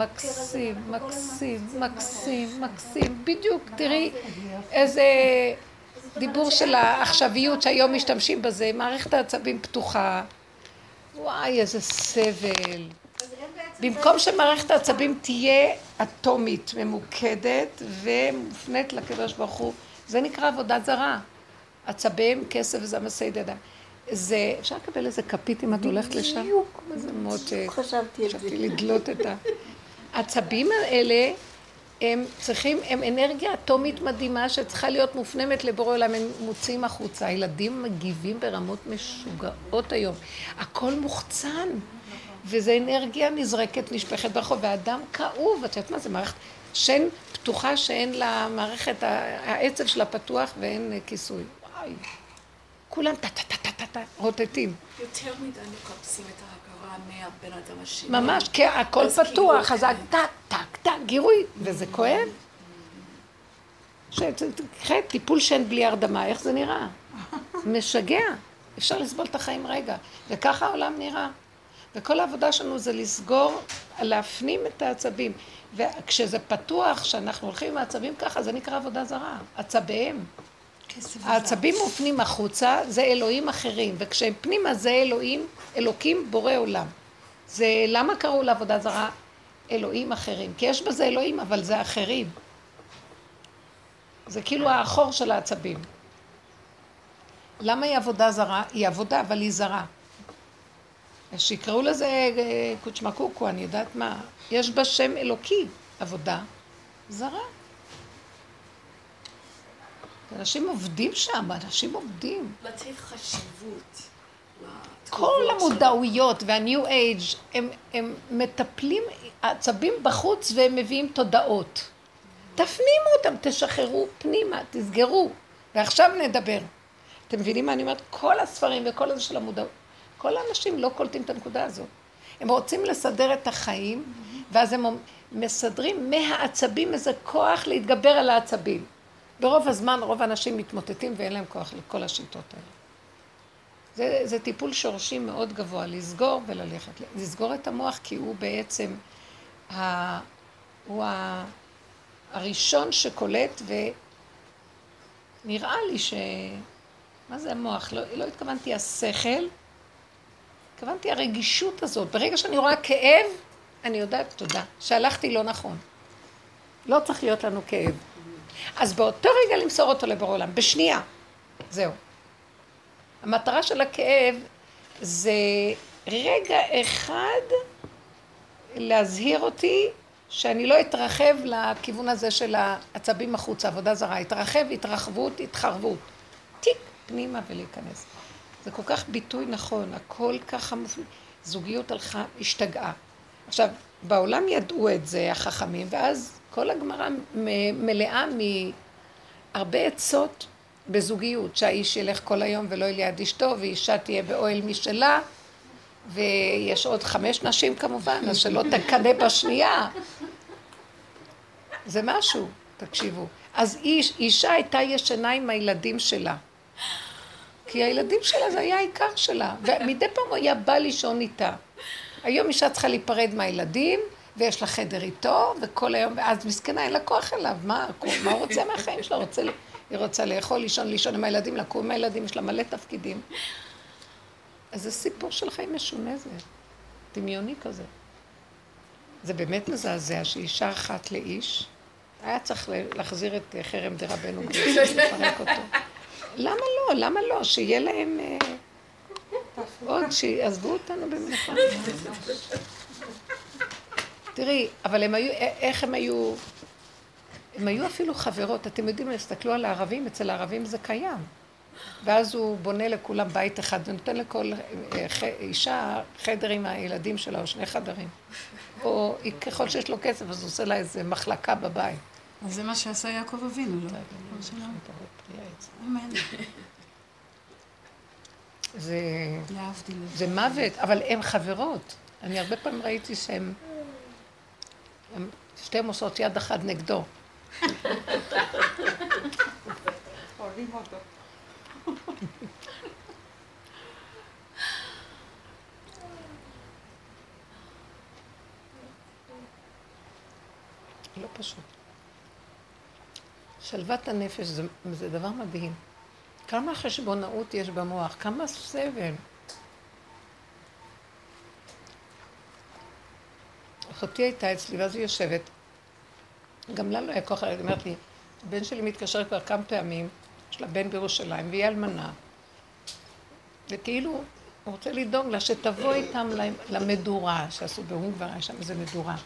מקסים. בדיוק, תראי איזה דיבור של העכשוויות שהיום משתמשים בזה, מערכת העצבים פתוחה. וואי, איזה סבל. במקום שמערכת העצבים תהיה אטומית, ממוקדת ומופנית לקדוש ברוך הוא, זה נקרא עבודת זרה. עצבים, כסף וזמסי דדם. זה, אפשר לקבל איזה כפית אם את הולכת לשם? בדיוק. זה מאוד חשבתי לדלות את העצבים האלה, הם צריכים, הם אנרגיה אטומית מדהימה שצריכה להיות מופנמת לבורא עולם, הם מוציאים החוצה. הילדים מגיבים ברמות משוגעות היום. הכל מוחצן. וזה אנרגיה נזרקת, נשפכת ברחוב, והאדם כאוב, את יודעת מה זה מערכת, שאין פתוחה שאין לה מערכת, העצב שלה פתוח ואין כיסוי. וואי, כולם טה, רוטטים. יותר מדי מקפסים את ההכרה מהבן אדם השני. ממש, כי הכל פתוח, אז טק, גירוי, וזה כואב. שתקחי טיפול שאין בלי הרדמה, איך זה נראה? משגע, אפשר לסבול את החיים רגע, וככה העולם נראה. וכל העבודה שלנו זה לסגור, להפנים את העצבים. וכשזה פתוח, שאנחנו הולכים עם העצבים ככה, זה נקרא עבודה זרה. עצביהם. העצבים מופנים החוצה, זה אלוהים אחרים. וכשהם פנימה זה אלוקים בורא עולם. זה, למה קראו לעבודה זרה אלוהים אחרים? כי יש בזה אלוהים, אבל זה אחרים. זה כאילו האחור של העצבים. למה היא עבודה זרה? היא עבודה, אבל היא זרה. שיקראו לזה קוצ'מקוקו, אני יודעת מה. יש בה שם אלוקי, עבודה זרה. אנשים עובדים שם, אנשים עובדים. לתת חשיבות. כל המודעויות והניו אייג' הם מטפלים עצבים בחוץ והם מביאים תודעות. תפנימו אותם, תשחררו פנימה, תסגרו. ועכשיו נדבר. אתם מבינים מה אני אומרת? כל הספרים וכל הזה של המודעות. כל האנשים לא קולטים את הנקודה הזאת. הם רוצים לסדר את החיים, ואז הם מסדרים מהעצבים איזה כוח להתגבר על העצבים. ברוב הזמן, רוב האנשים מתמוטטים ואין להם כוח לכל השיטות האלה. זה טיפול שורשי מאוד גבוה, לסגור וללכת. לסגור את המוח, כי הוא בעצם הוא הראשון שקולט, ונראה לי מה זה המוח? לא התכוונתי השכל, התכוונתי הרגישות הזאת. ברגע שאני רואה כאב, אני יודעת, תודה, שהלכתי לא נכון. לא צריך להיות לנו כאב. אז באותו רגע למסור אותו לבורא עולם, בשנייה. זהו. המטרה של הכאב זה רגע אחד להזהיר אותי שאני לא אתרחב לכיוון הזה של העצבים החוץ, עבודה זרה. התרחב, התרחבות, התחרבות. טיק, פנימה ולהיכנס. זה כל כך ביטוי נכון, הכל ככה מופלא. זוגיות הלכה, השתגעה. עכשיו, בעולם ידעו את זה, החכמים, ואז כל הגמרא מלאה מהרבה עצות בזוגיות, שהאיש ילך כל היום ולא ילד אשתו, ואישה תהיה באוהל משלה, ויש עוד 5 נשים כמובן, אז שלא תקנה בשנייה. זה משהו, תקשיבו. אז אישה הייתה ישנה עם הילדים שלה. כי הילדים שלה זה היה העיקר שלה, ומדי פעם הוא היה בא לישון איתה. היום אישה צריכה להיפרד מהילדים, ויש לה חדר איתו, וכל היום, ואז מסכנה, אין לה כוח אליו, מה הוא רוצה מהחיים שלה? היא רוצה לאכול, לישון עם הילדים, לקום עם הילדים, יש לה מלא תפקידים. אז זה סיפור של חיים משונה זה, דמיוני כזה. זה באמת מזעזע שאישה אחת לאיש, היה צריך להחזיר את חרם דרבנו גרשי, לפרק אותו. למה לא? שיהיה להם עוד, שיעזבו אותנו במנחה. תראי, אבל הם היו, איך הם היו? הם היו אפילו חברות. אתם יודעים, הסתכלו על הערבים, אצל הערבים זה קיים. ואז הוא בונה לכולם בית אחד, ונותן לכל אישה חדר עם הילדים שלה, או 2 חדרים. או ככל שיש לו כסף, אז הוא עושה לה איזה מחלקה בבית. אז זה מה שעשה יעקב אבינו, לא? אמן. זה מוות, אבל הן חברות. אני הרבה פעמים ראיתי שהן שתיהם עושות יד אחת נגדו. אוהבים אותו. לא פשוט. שלוות הנפש זה דבר מדהים. כמה חשבונאות יש במוח, כמה סבל. אחותי הייתה אצלי, ואז היא יושבת. גם לה לא היה כוח, היא אומרת לי, הבן שלי מתקשר כבר כמה פעמים, יש לה בן בירושלים, והיא אלמנה. וכאילו, הוא רוצה לדאוג לה שתבוא איתם למדורה, שעשו בהונגריה, היה שם איזה מדורה.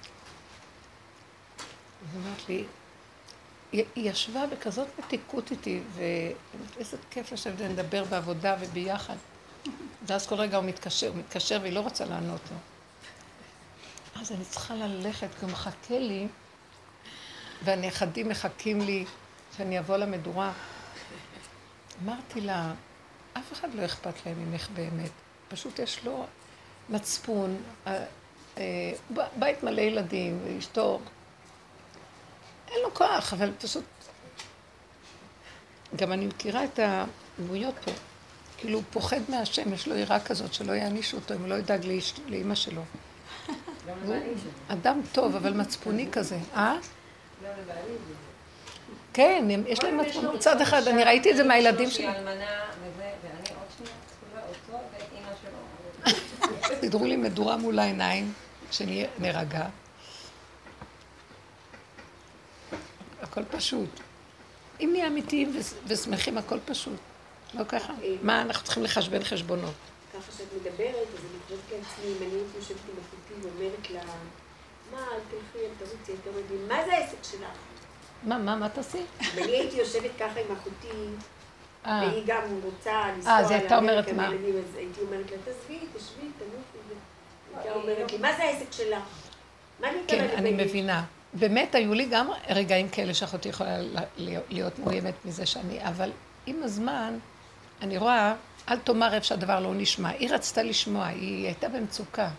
היא אומרת לי, היא ישבה בכזאת מתיקות איתי, ואיזה כיף לשבת ונדבר בעבודה וביחד. ואז כל רגע הוא מתקשר והיא לא רוצה לענות לו. אז אני צריכה ללכת, כי הוא מחכה לי, והנכדים מחכים לי שאני אבוא למדורה. אמרתי לה, אף אחד לא אכפת להם ממך באמת. פשוט יש לו מצפון, בית מלא ילדים, ואשתו. אין לו כוח, אבל פשוט... גם אני מכירה את הדמויות פה. כאילו הוא פוחד מהשם, יש לו יראה כזאת שלא יענישו אותו, אם הוא לא ידאג לאמא שלו. הוא אדם טוב, אבל מצפוני כזה. לא לבעלי זה. כן, יש להם מצפון. בצד אחד, אני ראיתי את זה מהילדים שלי. אלמנה וזה, ואני עוד שנייה צפולה אותו ואימא שלו. תדרו לי מדורה מול העיניים, שנרגע. הכל פשוט. אם נהיה אמיתיים ושמחים, הכל פשוט. לא ככה? מה, אנחנו צריכים לחשבן חשבונות. ככה שאת מדברת, אז אני חושבת לעצמי, אם אני הייתי יושבת עם אחותי ואומרת לה, מה, אל תלכי, אל תרוצי, אל תרדי, מה זה העסק שלך? מה תעשי? אם אני הייתי יושבת ככה עם אחותי, והיא גם רוצה לנסוע אז הייתה אומרת מה? אז הייתי אומרת לה, תשבי, תנוחי. הייתה אומרת לי, מה זה העסק שלך? מה אני כן, אני מבינה. באמת, היו לי גם רגעים כאלה שאחותי יכולה להיות מאוימת מזה שאני, אבל עם הזמן, אני רואה, אל תאמר איפה שהדבר לא נשמע. היא רצתה לשמוע, היא הייתה במצוקה.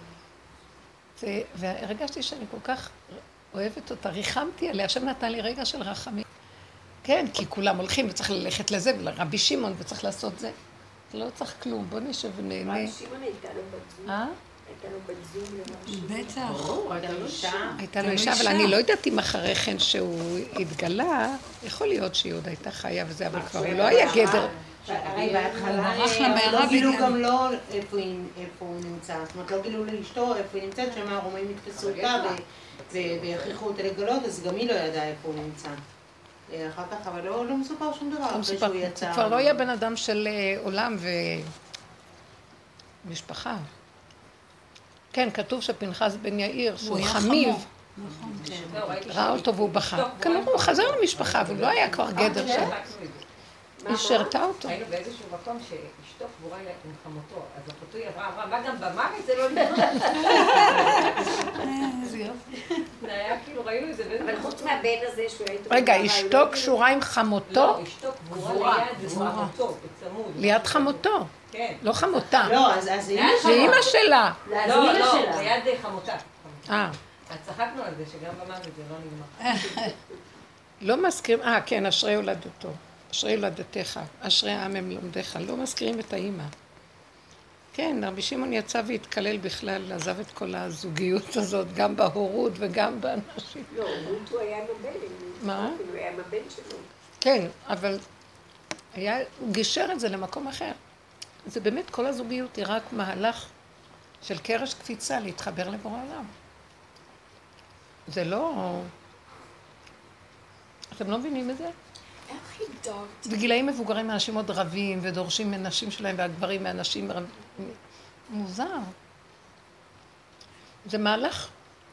והרגשתי שאני כל כך אוהבת אותה, ריחמתי עליה, עכשיו נתן לי רגע של רחמים. כן, כי כולם הולכים וצריך ללכת לזה, ולרבי שמעון וצריך לעשות זה. לא צריך כלום, בוא נשב ונהנה. רבי שמעון הייתה לו בת זוג. הייתה לו בת זוג לרבי שמעון. בטח. הייתה לו אישה, אבל אני לא יודעת אם אחרי כן שהוא התגלה, יכול להיות שהיא עוד הייתה חיה וזה, אבל כבר הוא לא היה גדר. הרי בהתחלה לא גילו גם לא איפה הוא נמצא, זאת אומרת לא גילו לאשתו איפה היא נמצאת, שמה הרומאים יתפסו אותה ויכריחו אותה לגלות, אז גם היא לא ידעה איפה הוא נמצא. אחר כך, אבל לא מסופר שום דבר אחרי שהוא יצא. זה כבר לא היה בן אדם של עולם ומשפחה. כן, כתוב שפנחס בן יאיר, שהוא חמיב, ראה אותו והוא בכה. כנראה הוא חזר למשפחה, אבל לא היה כבר גדר שם. היא שרתה אותו. היינו באיזשהו מקום שאשתו קבורה עם חמותו, אז אחותי אמרה, מה גם במוות זה לא נראה? זה היה כאילו, ראינו את זה. אבל חוץ מהבן הזה שהוא היה איתו... רגע, אשתו קשורה עם חמותו? לא, אשתו קבורה ליד חמותו, בצמוד. ליד חמותו? כן. לא חמותה. לא, אז זה אימא שלה. לא, ליד חמותה. אז צחקנו על זה שגם במוות זה לא נגמר. לא מזכירים, כן, אשרי הולדתו. אשרי ילדתך, אשרי העם הם לומדיך, לא מזכירים את האימא. כן, רבי שמעון יצא והתקלל בכלל, עזב את כל הזוגיות הזאת, גם בהורות וגם באנשים. לא, הורות הוא היה עם הבן. מה? הוא היה עם הבן שלו. כן, אבל הוא גישר את זה למקום אחר. זה באמת, כל הזוגיות היא רק מהלך של קרש קפיצה להתחבר לבורא עולם. זה לא... אתם לא מבינים את זה? איך הגדרת? בגילאים מבוגרים אנשים עוד רבים ודורשים מנשים שלהם והגברים מאנשים מוזר. זה מהלך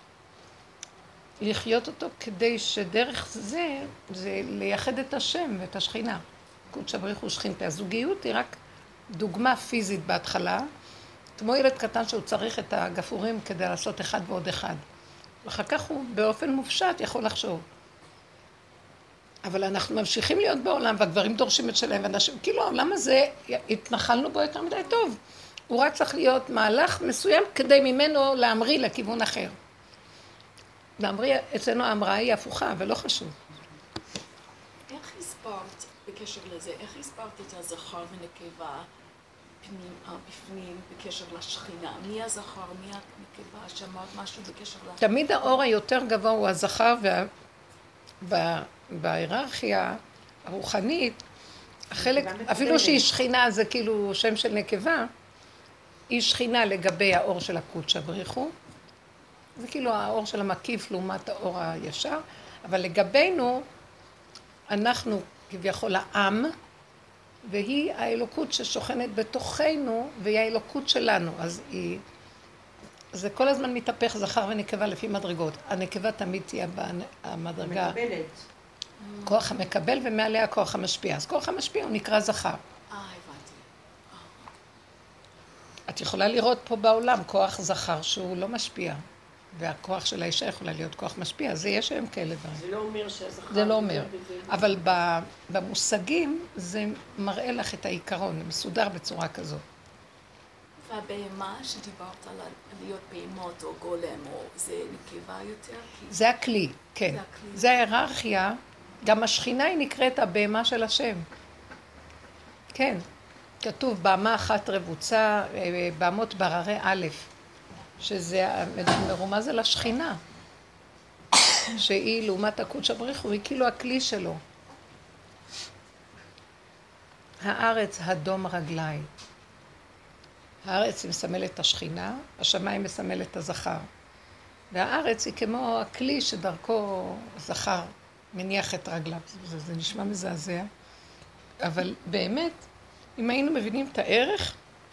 לחיות אותו כדי שדרך זה לייחד את השם ואת השכינה. קודש הבריך הוא שכינתה. הזוגיות היא רק דוגמה פיזית בהתחלה, כמו ילד קטן שהוא צריך את הגפורים כדי לעשות אחד ועוד אחד. ואחר כך הוא באופן מופשט יכול לחשוב. אבל אנחנו ממשיכים להיות בעולם, והגברים דורשים את שלהם, ואנשים, כאילו, העולם הזה, התנחלנו בו יותר מדי טוב. הוא רק צריך להיות מהלך מסוים כדי ממנו להמריא לכיוון אחר. ואמרי, אצלנו האמרה היא הפוכה, אבל לא חשוב. איך הסברת בקשר לזה, איך הסברת את הזכר ונקבה בפנים בקשר לשכינה? מי הזכר, מי הנקבה? שאמרת משהו בקשר לשכינה? תמיד האור היותר גבוה הוא הזכר, בהיררכיה הרוחנית, החלק, אפילו שהיא שכינה, זה כאילו שם של נקבה, היא שכינה לגבי האור של הקודש הבריחו, זה כאילו האור של המקיף לעומת האור הישר, אבל לגבינו, אנחנו כביכול העם, והיא האלוקות ששוכנת בתוכנו, והיא האלוקות שלנו, אז היא, זה כל הזמן מתהפך זכר ונקבה לפי מדרגות. הנקבה תמיד תהיה במדרגה. מקבלת. כוח המקבל ומעליה הכוח המשפיע. אז כוח המשפיע הוא נקרא זכר. הבנתי. את יכולה לראות פה בעולם כוח זכר שהוא לא משפיע. והכוח של האישה יכולה להיות כוח משפיע. זה יש היום כאלה דברים. זה לא אומר שהזכר... זה לא אומר. אבל במושגים זה מראה לך את העיקרון, מסודר בצורה כזאת. והבהמה שדיברת על להיות בהמות או גולם, או זה נקבה יותר? זה הכלי, כן. זה ההיררכיה. גם השכינה היא נקראת הבהמה של השם. כן. כתוב בהמה אחת רבוצה, בהמות בררי א', שזה מרומז על השכינה. שהיא לעומת הקודש הבריחו, היא כאילו הכלי שלו. הארץ הדום רגלי. הארץ היא מסמלת את השכינה, השמיים מסמלת את הזכר. והארץ היא כמו הכלי שדרכו זכר מניח את רגליו. זה נשמע מזעזע. אבל באמת, אם היינו מבינים את הערך,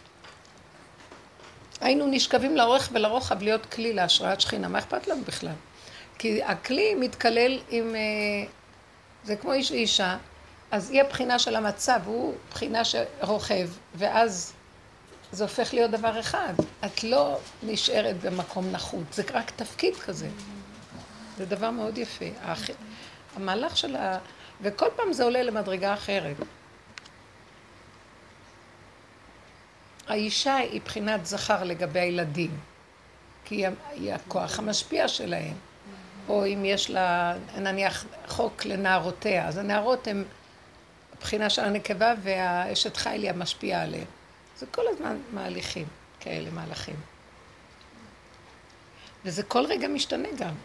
היינו נשכבים לאורך ולרוחב להיות כלי להשראת שכינה. מה אכפת לנו בכלל? כי הכלי מתקלל עם... זה כמו איש ואישה, אז היא הבחינה של המצב, הוא בחינה שרוכב, ואז זה הופך להיות דבר אחד. את לא נשארת במקום נחות, זה רק תפקיד כזה. זה דבר מאוד יפה. המהלך של וכל פעם זה עולה למדרגה אחרת. האישה היא בחינת זכר לגבי הילדים, כי היא הכוח המשפיע שלהם. או אם יש לה, נניח, חוק לנערותיה, אז הנערות הן הבחינה של הנקבה והאשת חיל היא המשפיעה עליהם. זה כל הזמן מהליכים כאלה, מהלכים. וזה כל רגע משתנה גם.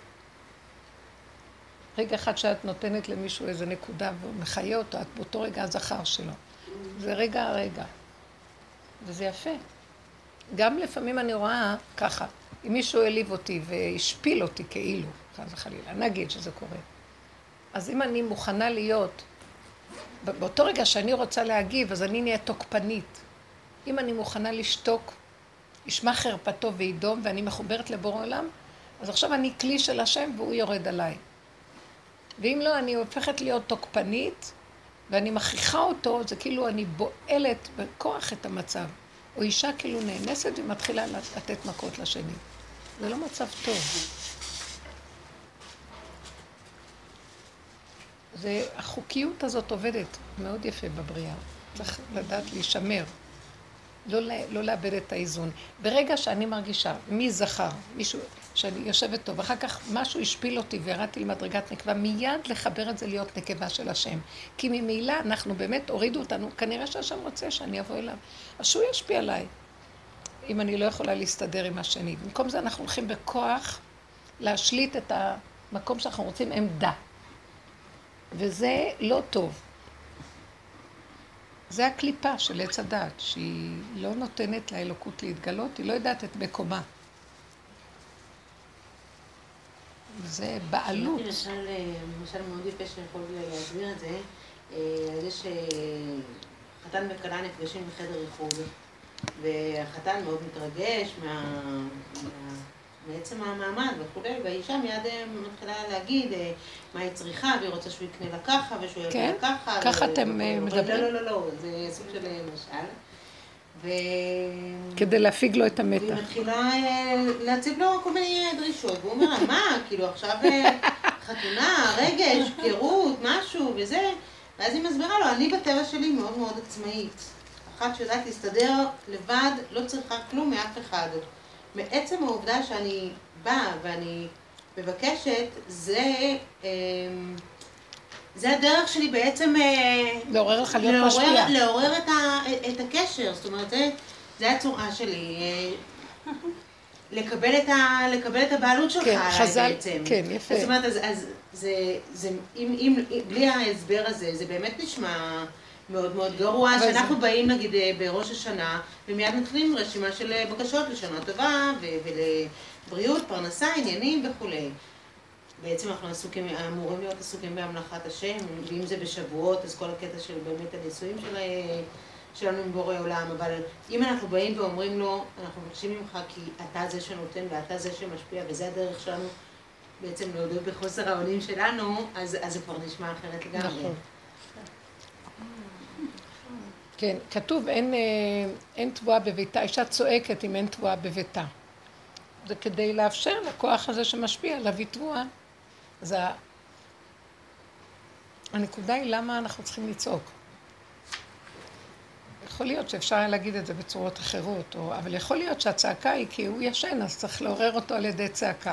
רגע אחד שאת נותנת למישהו איזו נקודה והוא מחיה אותו, את באותו רגע הזכר שלו. זה רגע. וזה יפה. גם לפעמים אני רואה ככה, אם מישהו העליב אותי והשפיל אותי כאילו, חס וחלילה, נגיד שזה קורה. אז אם אני מוכנה להיות, באותו רגע שאני רוצה להגיב, אז אני נהיה תוקפנית. אם אני מוכנה לשתוק, ישמע חרפתו וידום, ואני מחוברת לבורא עולם, אז עכשיו אני כלי של השם והוא יורד עליי. ואם לא, אני הופכת להיות תוקפנית, ואני מכריחה אותו, זה כאילו אני בועלת בכוח את המצב. או אישה כאילו נאנסת ומתחילה לתת מכות לשני. זה לא מצב טוב. החוקיות הזאת עובדת מאוד יפה בבריאה. צריך לדעת להישמר. לא לאבד את האיזון. ברגע שאני מרגישה, מי זכר, מישהו שאני יושבת טוב, אחר כך משהו השפיל אותי והראתי למדרגת נקבה, מיד לחבר את זה להיות נקבה של השם. כי ממילא אנחנו באמת הורידו אותנו, כנראה שהשם רוצה שאני אבוא אליו. אז שהוא ישפיע עליי, אם אני לא יכולה להסתדר עם השני. במקום זה אנחנו הולכים בכוח להשליט את המקום שאנחנו רוצים עמדה. וזה לא טוב. זה הקליפה של עץ הדת, שהיא לא נותנת לאלוקות להתגלות, היא לא יודעת את מקומה. זה בעלות. למשל מאוד יפה שיכול להסביר את זה, על זה שחתן וכלה נפגשים בחדר איחוד, והחתן מאוד מתרגש מעצם המעמד וכו', והאישה מיד מתחילה להגיד מה היא צריכה, והיא רוצה שהוא יקנה לה ככה, ושהוא יקנה לה ככה. ככה אתם מדברים? לא, זה סוג של משל. כדי להפיג לו את המתח. והיא מתחילה להציב לו כל מיני דרישות, והוא אומר לה, מה, כאילו עכשיו חתונה, רגש, פירוט, משהו וזה, ואז היא מסבירה לו, אני בטבע שלי מאוד מאוד עצמאית. אחת שיודעת להסתדר לבד, לא צריכה כלום מאף אחד. מעצם העובדה שאני באה ואני מבקשת, זה הדרך שלי בעצם לעורר לך להיות משפיע. לעורר את הקשר, זאת אומרת, זה הצורה שלי. לקבל את הבעלות שלך עליי בעצם. כן, יפה. זאת אומרת, אז בלי ההסבר הזה, זה באמת נשמע מאוד מאוד גרוע, שאנחנו באים נגיד בראש השנה, ומיד מתחילים רשימה של בקשות לשנה טובה, ולבריאות, פרנסה, עניינים וכולי. בעצם אנחנו אמורים להיות עסוקים בהמלכת השם, ואם זה בשבועות, אז כל הקטע של באמת הנישואים שלנו עם בורא עולם, אבל אם אנחנו באים ואומרים לו, אנחנו מבקשים ממך כי אתה זה שנותן ואתה זה שמשפיע, וזה הדרך שלנו בעצם להודות בחוסר האונים שלנו, אז זה כבר נשמע אחרת לגמרי. נכון. כן, כתוב אין תבואה בביתה, אישה צועקת אם אין תבואה בביתה. זה כדי לאפשר לכוח הזה שמשפיע, להביא תבואה. אז הנקודה היא למה אנחנו צריכים לצעוק. יכול להיות שאפשר היה להגיד את זה בצורות אחרות, אבל יכול להיות שהצעקה היא כי הוא ישן, אז צריך לעורר אותו על ידי צעקה.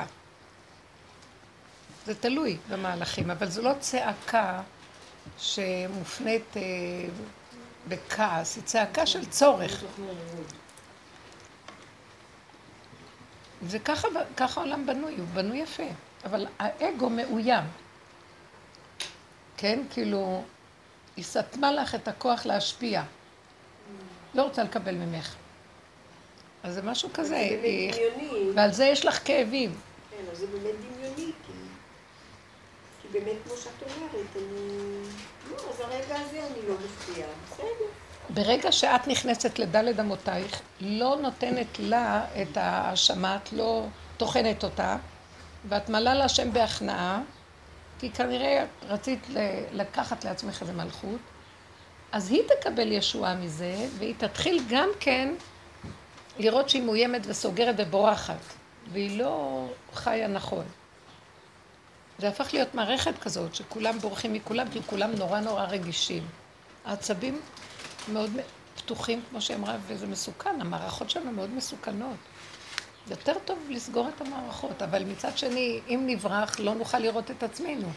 זה תלוי במהלכים, אבל זו לא צעקה שמופנית בכעס, היא צעקה של צורך. זה ככה העולם בנוי, הוא בנוי יפה, אבל האגו מאוים. כן, כאילו, היא סתמה לך את הכוח להשפיע. לא רוצה לקבל ממך. אז זה משהו כזה. זה באמת דמיוני. ועל זה יש לך כאבים. כן, אז זה באמת דמיוני, כי באמת כמו שאת אומרת, לא, אז הרגע הזה אני לא משפיעה, בסדר. ברגע שאת נכנסת לדלת אמותייך, לא נותנת לה את האשמה, את לא טוחנת אותה, ואת מעלה להשם בהכנעה, כי כנראה רצית לקחת לעצמך איזה מלכות, אז היא תקבל ישועה מזה, והיא תתחיל גם כן לראות שהיא מאוימת וסוגרת ובורחת, והיא לא חיה נכון. זה הפך להיות מערכת כזאת, שכולם בורחים מכולם, כי כולם נורא נורא רגישים. העצבים מאוד פתוחים, כמו שאמרה, וזה מסוכן, המערכות שלנו מאוד מסוכנות. יותר טוב לסגור את המערכות, אבל מצד שני, אם נברח, לא נוכל לראות את עצמנו.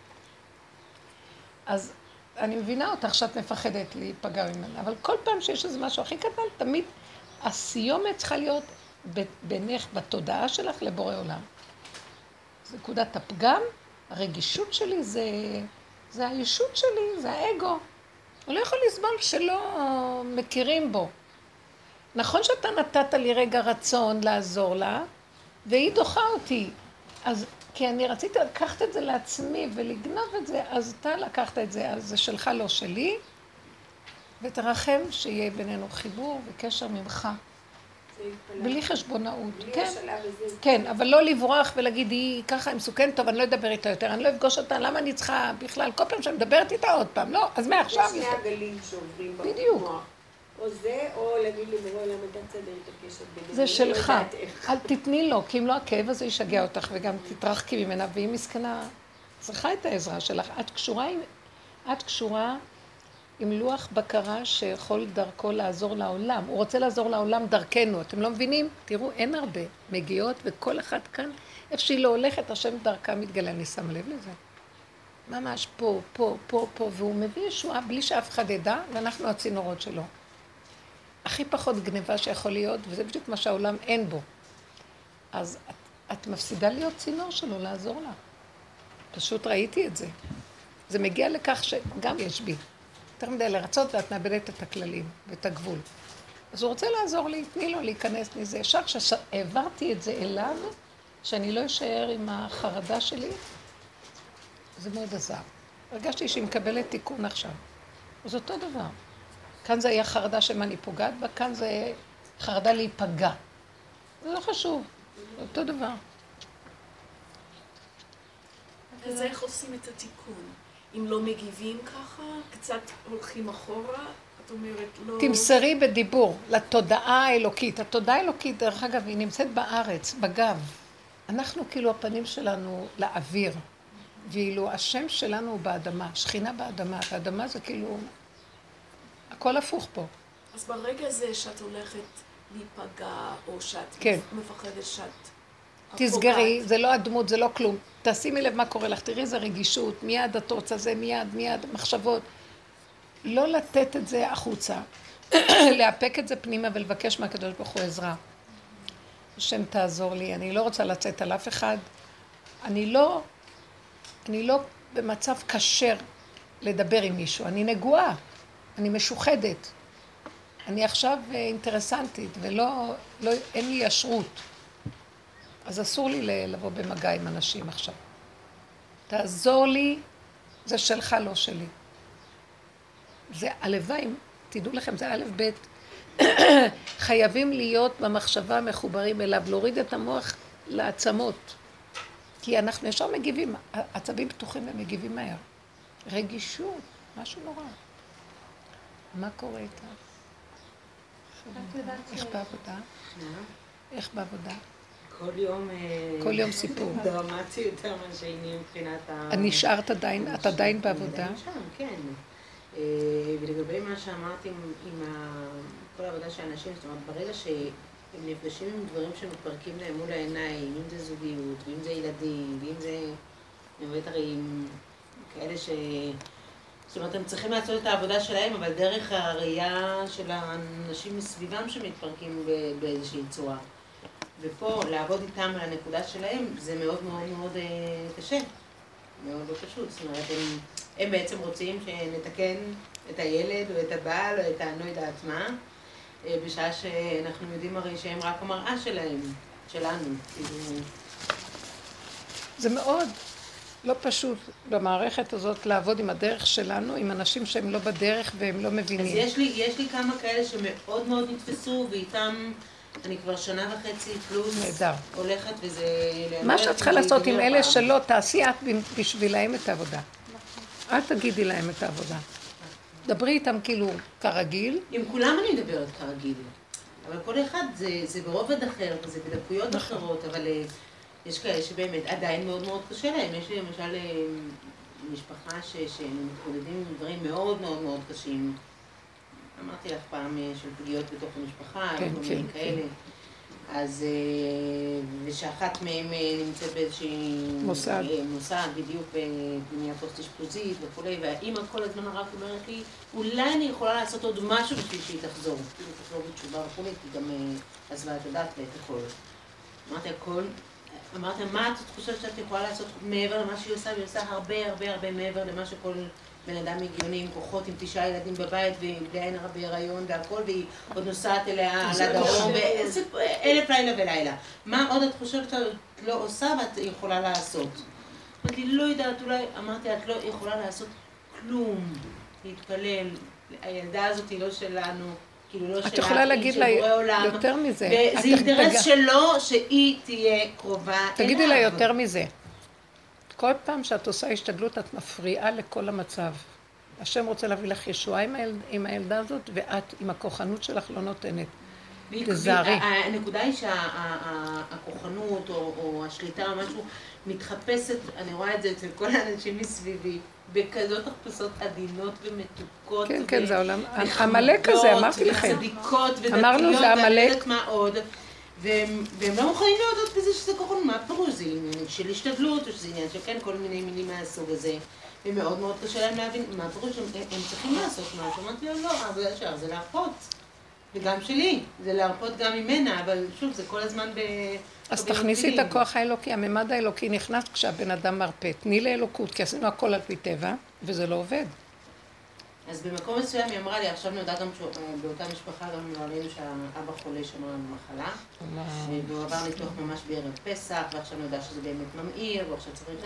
אז אני מבינה אותך שאת מפחדת להיפגע ממנה, אבל כל פעם שיש איזה משהו הכי קטן, תמיד הסיומת צריכה להיות בינך, בתודעה שלך לבורא עולם. זה נקודת הפגם, הרגישות שלי זה הישות שלי, זה האגו. הוא לא יכול לסבול שלא מכירים בו. נכון שאתה נתת לי רגע רצון לעזור לה, והיא דוחה אותי. אז כי אני רציתי לקחת את זה לעצמי ולגנוב את זה, אז אתה לקחת את זה, אז זה שלך לא שלי, ותרחם שיהיה בינינו חיבור וקשר ממך. בלי חשבונאות. כן, כן, אבל לא לברוח ולהגיד, היא ככה, היא מסוכנת, טוב, אני לא אדבר איתה יותר, אני לא אפגוש אותה, למה אני צריכה בכלל, כל פעם שאני מדברת איתה עוד פעם, לא, אז מעכשיו... זה שני הגלים שעוברים במוח. בדיוק. או זה, או להגיד לבורא עולם, אתה תסדר את הקשר בינינו. זה שלך, אל תתני לו, כי אם לא הכאב הזה ישגע אותך, וגם תתרחקי ממנה, והיא מסכנה, צריכה את העזרה שלך. את קשורה עם לוח בקרה שיכול דרכו לעזור לעולם. הוא רוצה לעזור לעולם דרכנו, אתם לא מבינים? תראו, אין הרבה מגיעות, וכל אחד כאן, איפה שהיא לא הולכת, השם דרכה מתגלה, אני שם לב לזה. ממש פה, פה, פה, פה, והוא מביא ישועה בלי שאף אחד ידע, ואנחנו הצינורות שלו. הכי פחות גניבה שיכול להיות, וזה בדיוק מה שהעולם אין בו. אז את מפסידה להיות צינור שלו, לעזור לה. פשוט ראיתי את זה. זה מגיע לכך שגם יש בי. יותר מדי לרצות ואת מאבדת את הכללים ואת הגבול. אז הוא רוצה לעזור לי, תני לו להיכנס מזה. ישר כשהעברתי את זה אליו, שאני לא אשאר עם החרדה שלי, זה מאוד עזר. הרגשתי שהיא מקבלת תיקון עכשיו. אז אותו דבר. כאן זה היה חרדה שמה אני פוגעת בה, כאן זה חרדה להיפגע. זה לא חשוב, זה אותו דבר. אז איך עושים את התיקון? אם לא מגיבים ככה, קצת הולכים אחורה, את אומרת לא... תמסרי בדיבור לתודעה האלוקית. התודעה האלוקית, דרך אגב, היא נמצאת בארץ, בגב. אנחנו כאילו הפנים שלנו לאוויר, ואילו השם שלנו הוא באדמה, שכינה באדמה, והאדמה זה כאילו... הכל הפוך פה. אז ברגע זה שאת הולכת להיפגע, או שאת כן. מפחדת שאת תסגרי, זה לא הדמות, זה לא כלום. תשימי לב מה קורה לך, תראי איזה רגישות, מיד התורץ הזה, מיד, מחשבות. לא לתת את זה החוצה, להפק את זה פנימה ולבקש מהקדוש ברוך הוא עזרה. השם תעזור לי, אני לא רוצה לצאת על אף אחד. אני לא במצב קשר לדבר עם מישהו, אני נגועה, אני משוחדת. אני עכשיו אינטרסנטית אין לי ישרות. אז אסור לי לבוא במגע עם אנשים עכשיו. תעזור לי, זה שלך, לא שלי. זה הלוואי, תדעו לכם, זה א' ב', חייבים להיות במחשבה מחוברים אליו, להוריד את המוח לעצמות. כי אנחנו ישר מגיבים, עצבים פתוחים ומגיבים מהר. רגישות, משהו נורא. מה קורה איתך? איך בעבודה? איך בעבודה? כל יום סיפור. דרמטי יותר מה שהייני מבחינת נשארת עדיין, את עדיין בעבודה? כן. ולגבי מה שאמרתי עם כל העבודה של האנשים, זאת אומרת, ברגע שהם נפגשים עם דברים שמתפרקים להם מול העיניים, אם זה זוגיות, ואם זה ילדים, ואם זה... אני אומרת הרי עם כאלה זאת אומרת, הם צריכים לעשות את העבודה שלהם, אבל דרך הראייה של האנשים מסביבם שמתפרקים באיזושהי צורה. ופה, לעבוד איתם על הנקודה שלהם, זה מאוד מאוד מאוד קשה. מאוד לא פשוט. זאת אומרת, הם בעצם רוצים שנתקן את הילד, או את הבעל, או את לא יודעת מה, בשעה שאנחנו יודעים הרי שהם רק המראה שלנו. זה מאוד לא פשוט במערכת הזאת לעבוד עם הדרך שלנו, עם אנשים שהם לא בדרך והם לא מבינים. אז יש לי כמה כאלה שמאוד מאוד נתפסו, ואיתם אני כבר שנה וחצי פלוס הולכת, וזה... מה שאת צריכה לעשות עם אלה שלא, תעשי את בשבילהם את העבודה. אל תגידי להם את העבודה. דברי איתם כאילו כרגיל. עם כולם אני מדברת כרגיל. אבל כל אחד זה ברובד אחר, וזה בדקויות אחרות, אבל יש כאלה שבאמת עדיין מאוד מאוד קשה להם. יש לי למשל משפחה שהם מתמודדים עם דברים מאוד מאוד מאוד קשים. אמרתי לך פעם של פגיעות בתוך המשפחה, כן. אז, ושאחת מהם נמצאת באיזושהי מוסד, בדיוק בפנימיה פוסט-אשפוזית וכולי, והאימא כל הזמן רק אומרת לי, אולי אני יכולה לעשות עוד משהו בשביל שהיא תחזור. כאילו תחזור בתשובה וכולי, כי גם עזבה את הדת ואת הכל. אמרתי, מה את חושבת שאת יכולה לעשות מעבר למה שהיא עושה? והיא עושה הרבה מעבר למה שכל בן אדם הגיוני עם כוחות, עם 9 ילדים בבית, ובלי עין רע בהיריון והכל, והיא עוד נוסעת אליה לדרום, 1000 לילה ולילה. מה עוד את חושבת שאת לא עושה ואת יכולה לעשות? אמרתי, לא יודעת, אולי, אמרתי, את לא יכולה לעשות כלום, להתפלל. הילדה הזאת היא לא שלנו, כאילו לא שלנו, את יכולה להגיד לה יותר מזה. וזה אינטרס שלו שהיא תהיה קרובה אליו. תגידי לה יותר מזה. כל פעם שאת עושה השתדלות, את מפריעה לכל המצב. השם רוצה להביא לך ישועה עם הילדה הזאת, ואת עם הכוחנות שלך לא נותנת. תזהרי. הנקודה היא שהכוחנות או השליטה או משהו מתחפשת, אני רואה את זה אצל כל האנשים מסביבי, בכזאת תחפשות עדינות ומתוקות. כן, זה העולם. המלאק הזה, אמרתי לכם. וצדיקות ודתיות, אמרנו זה המלאק. מה עוד. והם לא מוכנים להודות בזה שזה כוחנות, מה פירוש? זה עניין של השתדלות, או שזה עניין של כן, כל מיני מילים מהסוג הזה. ומאוד מאוד קשה להם להבין מה פירוש, הם צריכים לעשות משהו. אמרתי לו, לא, העבודה שלך זה להרפות. וגם שלי, זה להרפות גם ממנה, אבל שוב, זה כל הזמן אז תכניסי את הכוח האלוקי, הממד האלוקי נכנס כשהבן אדם מרפא. תני לאלוקות, כי עשינו הכל על פי טבע, וזה לא עובד. אז במקום מסוים היא אמרה לי, עכשיו נודע גם באותה משפחה, גם נועלים שהאבא חולה שם במחלה, והוא עבר ניתוח ממש בערב פסח, ועכשיו נודע שזה באמת ממאיר, ועכשיו צריך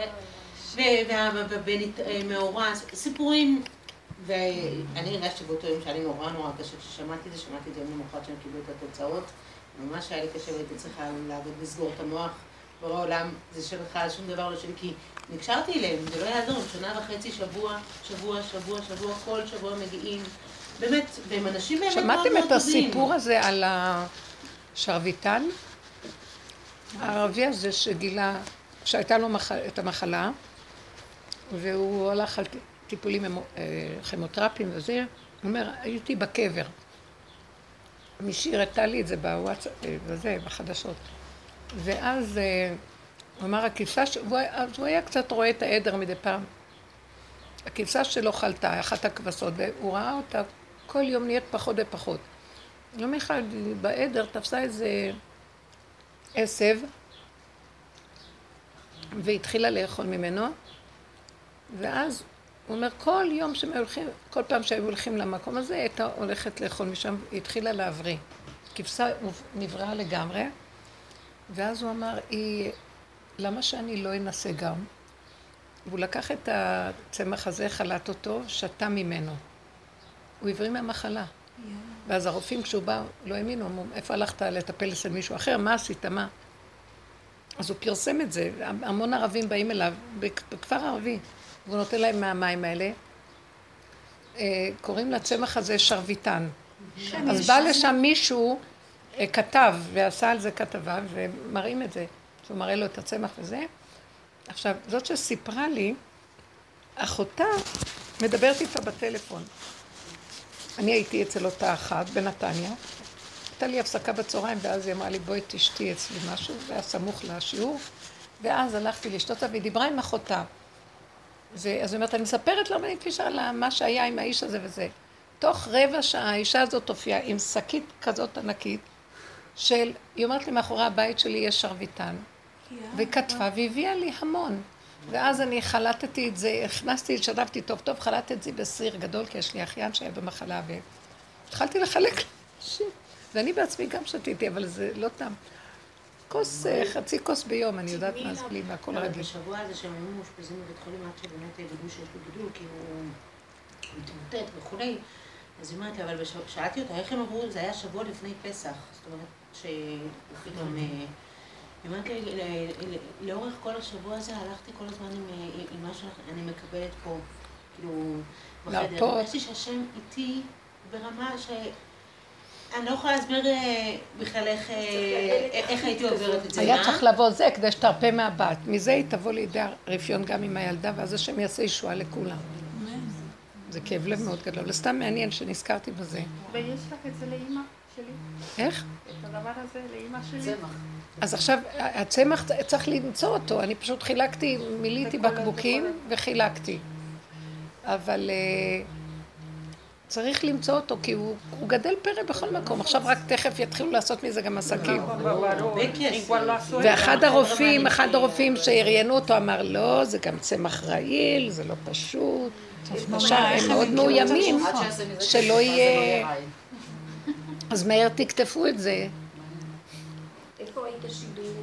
ומאורס, סיפורים, ואני הרגשתי באותו יום שהיה לי נורא קשה כששמעתי את זה, שמעתי את זה יום למחרת שהם קיבלו את התוצאות, ממש היה לי קשה והייתי צריכה לעבוד לסגור את המוח, ברור העולם זה שלך, שום דבר לא שלי, כי נקשרתי אליהם, זה לא יעזור, 1.5 שבוע, כל שבוע מגיעים, באמת, והם אנשים באמת מאוד מאוד טובים. שמעתם את הסיפור הזה על השרביטן? הערבי הזה שגילה, שהייתה לו את המחלה, והוא הלך על טיפולים כימותרפיים וזה, הוא אומר, הייתי בקבר. מישהי הראתה לי את זה בוואטסאפ, וזה, בחדשות. ואז הוא אמר, אז הוא היה קצת רואה את העדר מדי פעם. הכבשה שלו חלתה, אחת הכבשות, והוא ראה אותה כל יום נהיית פחות ופחות. יום אחד בעדר תפסה איזה עשב, והתחילה לאכול ממנו, ואז הוא אומר, כל פעם שהיו הולכים למקום הזה, הייתה הולכת לאכול משם, היא התחילה להבריא. כבשה נבראה לגמרי, ואז הוא אמר, למה שאני לא אנסה גם? והוא לקח את הצמח הזה, חלט אותו, שתה ממנו. הוא הבריא מהמחלה. ואז הרופאים כשהוא בא, לא האמינו, אמרו, איפה הלכת לטפל אצל מישהו אחר? מה עשית? מה? אז הוא פרסם את זה, המון ערבים באים אליו, בכפר ערבי, והוא נותן להם מהמים האלה. קוראים לצמח הזה שרביטן. אז בא לשם מישהו, כתב, ועשה על זה כתבה, ומראים את זה, שהוא מראה לו את הצמח וזה. עכשיו, זאת שסיפרה לי, אחותה מדברת איתה בטלפון. אני הייתי אצל אותה אחת בנתניה, הייתה לי הפסקה בצהריים, ואז היא אמרה לי, בואי תשתי אצלי משהו, והיה סמוך לשיעור, ואז הלכתי לשתות, והיא דיברה עם אחותה. אז היא אומרת, אני מספרת לרבנית פישר על מה שהיה עם האיש הזה וזה. תוך רבע שעה, האישה הזאת הופיעה עם שקית כזאת ענקית, היא אומרת לי, מאחורי הבית שלי יש שרביטן, וכתבה, והביאה לי המון. ואז אני חלטתי את זה, שדפתי טוב, חלטתי את זה בסיר גדול, כי יש לי אחיין שהיה במחלה, והתחלתי לחלק לאנשים. ואני בעצמי גם שתיתי, אבל זה לא טעם. חצי כוס ביום, אני יודעת מה זה לי, והכל רגיל. בשבוע הזה שהם היו מאושפזים בבית חולים עד שבאמת ידעו שיש לו גידול, כי הוא התמוטט וכולי. אז היא אומרת לי, אבל שאלתי אותה, איך הם עברו? זה היה שבוע לפני פסח. זאת אומרת, שפתאום... היא אומרת לי, לאורך כל השבוע הזה הלכתי כל הזמן עם מה שאני מקבלת פה, כאילו, בחדר. הרגשתי שהשם איתי ברמה אני לא יכולה להסביר בכלל איך הייתי עוברת את זה. היה צריך לבוא זה כדי שתרפה מהבת. מזה היא תבוא לידי הרפיון גם עם הילדה, ואז השם יעשה ישועה לכולם. זה כאב לב מאוד גדול. סתם מעניין שנזכרתי בזה. ויש לך את זה לאמא שלי? איך? את הדבר הזה לאמא שלי? אז עכשיו, הצמח צריך למצוא אותו. אני פשוט חילקתי, מיליתי בקבוקים וחילקתי. אבל... צריך למצוא אותו, כי הוא גדל פרא בכל מקום. עכשיו רק תכף יתחילו לעשות מזה גם עסקים. ואחד הרופאים שהריינו אותו אמר, לא, זה גם צמח רעיל, זה לא פשוט. הם מאוד מאוימים שלא יהיה... אז מהר תכתפו את זה. איפה היית שידור?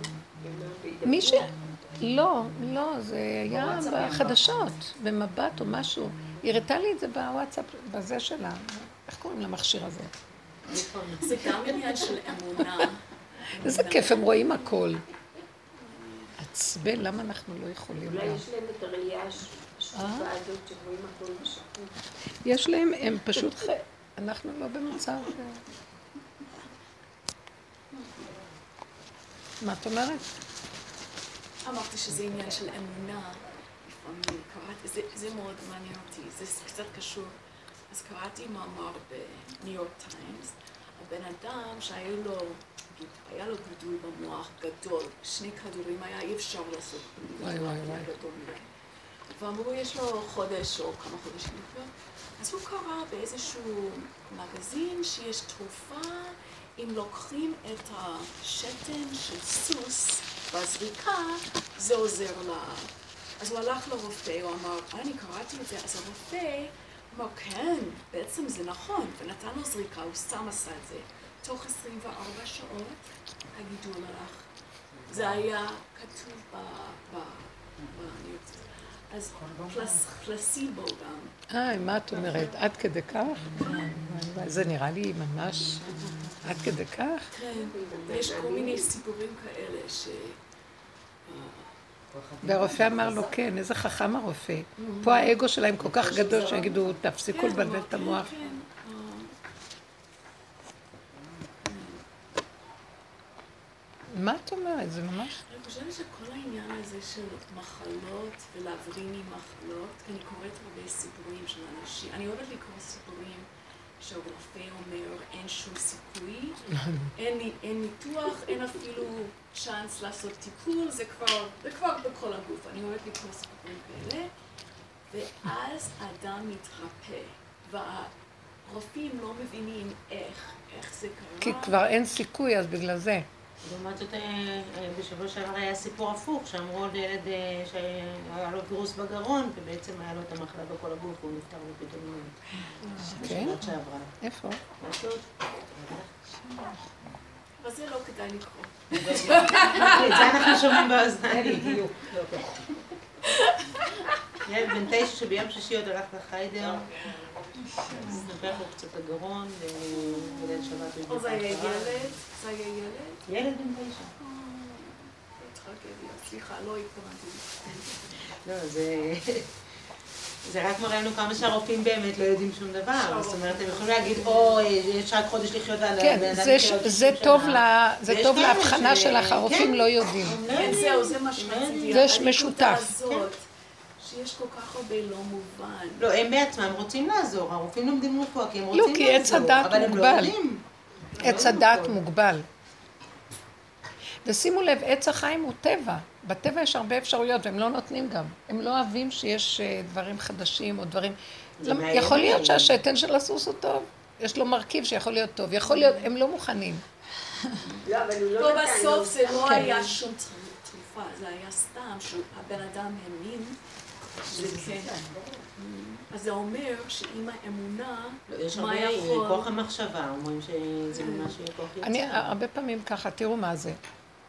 לא, זה היה בחדשות, במבט או משהו. היא הראתה לי את זה בוואטסאפ, בזה שלה. איך קוראים למכשיר הזה? זה גם עניין של אמונה. איזה כיף, הם רואים הכל. עצבן, למה אנחנו לא יכולים? אולי יש להם את הראייה השקופה הזאת שרואים הכל בשקוף. יש להם, הם פשוט... אנחנו לא במצב... מה את אומרת? אמרתי שזה עניין של אמונה. לפעמים קראתי, זה מאוד מעניין אותי, זה קצת קשור. אז קראתי מאמר בניו יורק טיימס, הבן אדם שהיה לו גידול במוח גדול, 2 כדורים היה אי אפשר לעשות גדול מדי. ואמרו יש לו חודש או כמה חודשים לחיות, אז הוא קרא באיזשהו מגזין שיש תרופה אם לוקחים את השתן של סוס בזריקה, זה עוזר לה. אז הוא הלך לרופא, הוא אמר, אני קראתי את זה, אז הרופא אמר, כן, בעצם זה נכון, ונתן לו זריקה, הוא סתם עשה את זה. תוך 24 שעות הגידול הלך. זה היה כתוב בניוטס. אז פלסיבו גם. מה את אומרת? עד כדי כך? זה נראה לי ממש עד כדי כך? כן, יש כל מיני סיפורים כאלה ש... והרופא אמר לו, כן, איזה חכם הרופא. פה האגו שלהם כל כך גדול שיגידו, תפסיקו לבלבל את המוח. מה את אומרת? זה ממש... אני חושבת שכל העניין הזה של מחלות ולהבריא ממחלות, כי אני קוראת הרבה סיפורים של אנשים, אני אוהבת לקרוא סיפורים שרופא אומר אין שום סיכוי, אין ניתוח, אין אפילו צ'אנס לעשות טיפול, זה כבר בכל הגוף. אני אוהבת לקרוא סיפורים כאלה, ואז האדם מתרפא, והרופאים לא מבינים איך זה קרה. כי כבר אין סיכוי, אז בגלל זה. לעומת זאת, בשבוע שעבר היה סיפור הפוך, שאמרו על ילד שהיה לו וירוס בגרון, ובעצם היה לו את המחלה בכל הגוף, והוא נפטר מפתאום. כן? בשבוע שעברה. איפה? פשוט. אבל זה לא כדאי לקרוא. את זה אנחנו שומעים באוזניים. ילד בן 9 שביום שישי עוד הלך לחיידר, נפח לו קצת הגרון, וליל שבת הוא זה היה ילד? זה היה ילד? ילד בן 9. טרגדיה, סליחה, לא התכוונתי. לא, זה רק מראה לנו כמה שהרופאים באמת לא יודעים שום דבר. זאת אומרת, הם יכולים להגיד, יש רק חודש לחיות על כן, זה טוב להבחנה שלך, הרופאים לא יודעים. זהו, זה מה שרציתי. זה משותף. שיש כל כך הרבה לא מובן. לא, הם בעצמם רוצים לעזור, הרופאים לומדים רפואה, כי הם רוצים לעזור. לא, כי עץ הדעת מוגבל. עץ הדעת מוגבל. ושימו לב, עץ החיים הוא טבע. בטבע יש הרבה אפשרויות, והם לא נותנים גם. הם לא אוהבים שיש דברים חדשים או דברים... יכול להיות שהשתן של הסוס הוא טוב. יש לו מרכיב שיכול להיות טוב. יכול להיות, הם לא מוכנים. לא, אבל הוא לא נתן. בסוף זה לא היה שום תרופה, זה היה סתם שהבן אדם האמין. אז זה אומר שעם האמונה, מה יכול... יש כוח המחשבה, אומרים שזה ממש יהיה כוח יצר. אני הרבה פעמים ככה, תראו מה זה.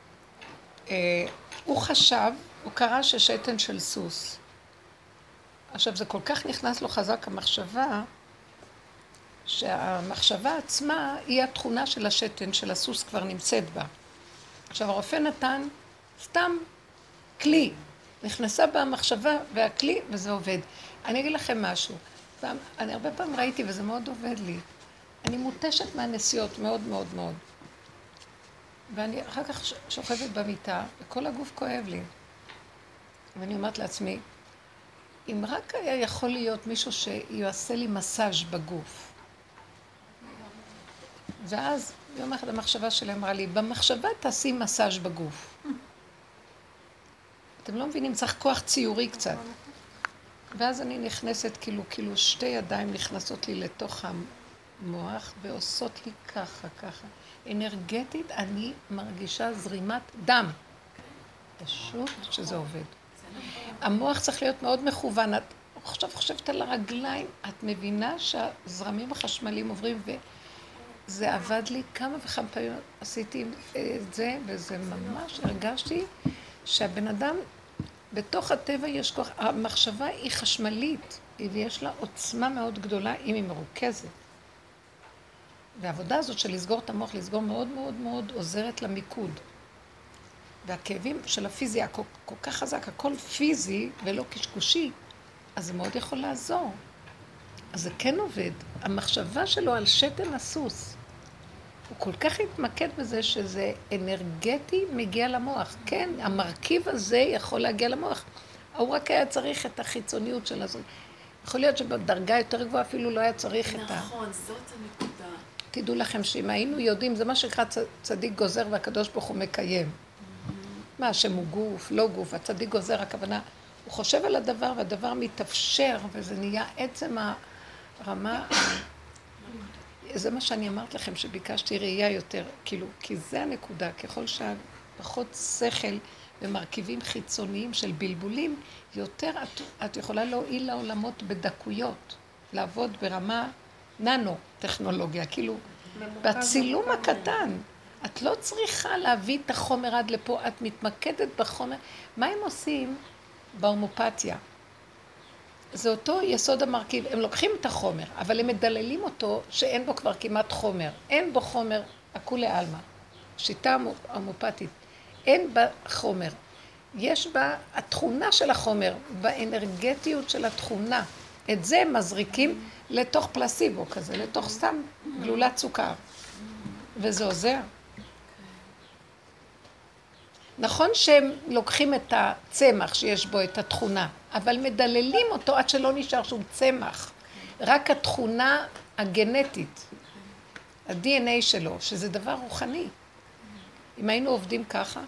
הוא חשב, הוא קרא ששתן של סוס. עכשיו זה כל כך נכנס לו חזק המחשבה, שהמחשבה עצמה היא התכונה של השתן של הסוס כבר נמצאת בה. עכשיו הרופא נתן סתם כלי. נכנסה בה המחשבה והכלי, וזה עובד. אני אגיד לכם משהו. אני הרבה פעמים ראיתי, וזה מאוד עובד לי. אני מותשת מהנסיעות, מאוד מאוד מאוד. ואני אחר כך שוכבת במיטה, וכל הגוף כואב לי. ואני אומרת לעצמי, אם רק היה יכול להיות מישהו שיעשה לי מסאז' בגוף. ואז יום אחד המחשבה שלי אמרה לי, במחשבה תעשי מסאז' בגוף. אתם לא מבינים, צריך כוח ציורי קצת. ואז אני נכנסת, כאילו שתי ידיים נכנסות לי לתוך המוח, ועושות לי ככה. אנרגטית, אני מרגישה זרימת דם. פשוט שזה עובד. המוח צריך להיות מאוד מכוון. את עכשיו חושבת על הרגליים, את מבינה שהזרמים החשמליים עוברים, וזה עבד לי כמה וכמה פעמים עשיתי את זה, וזה ממש הרגשתי שהבן אדם, בתוך הטבע יש כוח, המחשבה היא חשמלית, ויש לה עוצמה מאוד גדולה, אם היא מרוכזת. והעבודה הזאת של לסגור את המוח, לסגור מאוד מאוד מאוד עוזרת למיקוד. והכאבים של הפיזי, כל כך חזק, הכל פיזי ולא קשקושי, אז זה מאוד יכול לעזור. אז זה כן עובד. המחשבה שלו על שתן הסוס, הוא כל כך התמקד בזה שזה אנרגטי מגיע למוח. כן, המרכיב הזה יכול להגיע למוח. הוא רק היה צריך את החיצוניות של הזאת. יכול להיות שבדרגה יותר גבוהה אפילו לא היה צריך את ה... נכון, זאת הנקודה. תדעו לכם שאם היינו יודעים, זה מה שנקרא צדיק גוזר והקדוש ברוך הוא מקיים. מה, השם הוא גוף, לא גוף, הצדיק גוזר, הכוונה, הוא חושב על הדבר והדבר מתאפשר, וזה נהיה עצם הרמה, זה מה שאני אמרת לכם, שביקשתי ראייה יותר, כאילו, כי זה הנקודה, ככל שהפחות שכל ומרכיבים חיצוניים של בלבולים, יותר את יכולה להועיל לעולמות בדקויות, לעבוד ברמה ננו-טכנולוגיה, כאילו, בצילום הקטן, את לא צריכה להביא את החומר עד לפה, את מתמקדת בחומר. מה הם עושים בהומופתיה? זה אותו יסוד המרכיב. הם לוקחים את החומר, אבל הם מדללים אותו שאין בו כבר כמעט חומר. אין בו חומר, הכולי עלמא. שיטה הומופתית. אין בה חומר. יש בה התכונה של החומר, באנרגטיות של התכונה. את זה הם מזריקים לתוך פלסיבו כזה, לתוך סתם גלולת סוכר. וזה עוזר. נכון שהם לוקחים את הצמח שיש בו את התכונה, אבל מדללים אותו עד שלא נשאר שום צמח. רק התכונה הגנטית, ה-DNA שלו, שזה דבר רוחני. אם היינו עובדים ככה,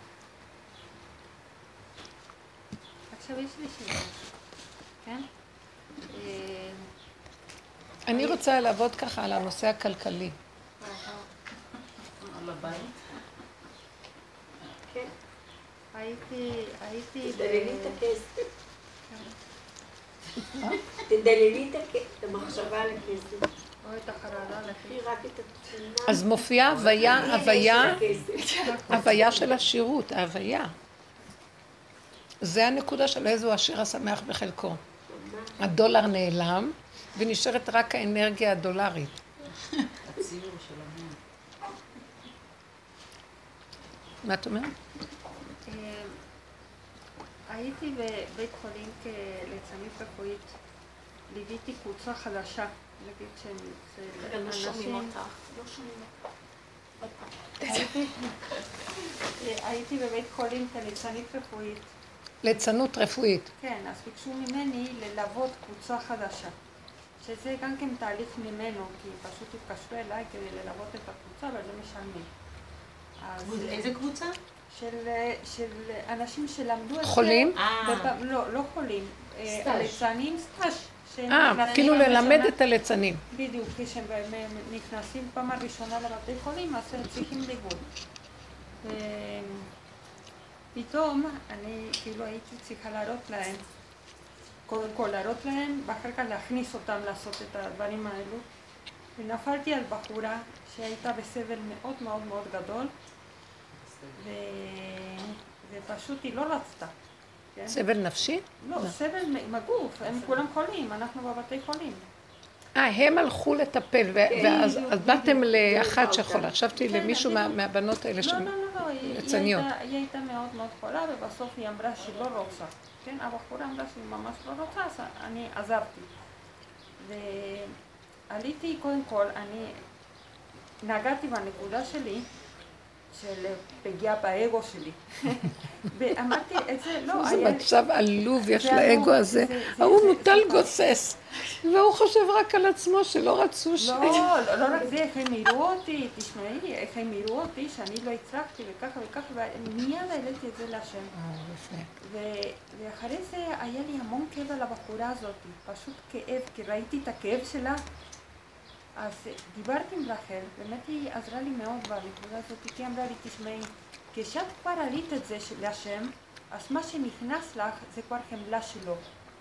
עכשיו יש לי שאלה, כן? אני רוצה לעבוד ככה על הנושא הכלכלי. על הבית. כן. הייתי... תדללי את הכסף. תדללי את המחשבה על הכסף. או את החרדה לפי. תראי רק את התכונה. אז מופיעה הוויה של השירות, ההוויה. זה הנקודה של איזו השיר השמח בחלקו. הדולר נעלם, ונשארת רק האנרגיה הדולרית. הציור של המון. מה את אומרת? הייתי בבית חולים כליצנית רפואית, ליוויתי קבוצה חדשה, נגיד של לא שומעים אנשים... אותך, לא שומעים אותך. הייתי בבית חולים כליצנית רפואית. ליצנות רפואית. כן, אז ביקשו ממני ללוות קבוצה חדשה, שזה גם כן תהליך ממנו, כי פשוט התקשרו אליי כדי ללוות את הקבוצה, אבל זה משלמים. איזה קבוצה? של אנשים שלמדו את זה. חולים? לא חולים. ליצנים סטאז'. כאילו ללמד את הליצנים. בדיוק, כשהם נכנסים פעם הראשונה לבתי חולים, אז הם צריכים ליווי. פתאום אני כאילו הייתי צריכה להראות להם, קודם כל להראות להם, ואחר כך להכניס אותם לעשות את הדברים האלו. ונפלתי על בחורה שהייתה בסבל מאוד מאוד מאוד גדול, ופשוט היא לא רצתה. כן? סבל נפשי? לא, סבל מגוף, הם כולם חולים, אנחנו בבתי חולים. הם הלכו לטפל, ואז באתם לאחת שחולה. חשבתי למישהו מהבנות האלה לא, ליצניות. היא הייתה מאוד מאוד חולה, ובסוף היא אמרה שהיא לא רוצה. כן, הבחורה אמרה שהיא ממש לא רוצה, אז אני עזבתי. ועליתי קודם כל, אני נגעתי בנקודה שלי, של פגיעה באגו שלי. ואמרתי את זה, לא, זה מצב עלוב, יש לאגו הזה. הוא מוטל גוסס, והוא חושב רק על עצמו שלא רצו ש... לא רק זה, איך הם יראו אותי, תשמעי, איך הם יראו אותי שאני לא הצלחתי וככה וככה, ומיד העליתי את זה להשם. ואחרי זה היה לי המון כאב על הבחורה הזאת, פשוט כאב, כי ראיתי את הכאב שלה. אז דיברתי עם רחל, באמת היא עזרה לי מאוד בנקודה הזאת, כי אמרה לי, תשמעי, כשאת כבר עלית את זה להשם, אז מה שנכנס לך זה כבר חמלה שלו.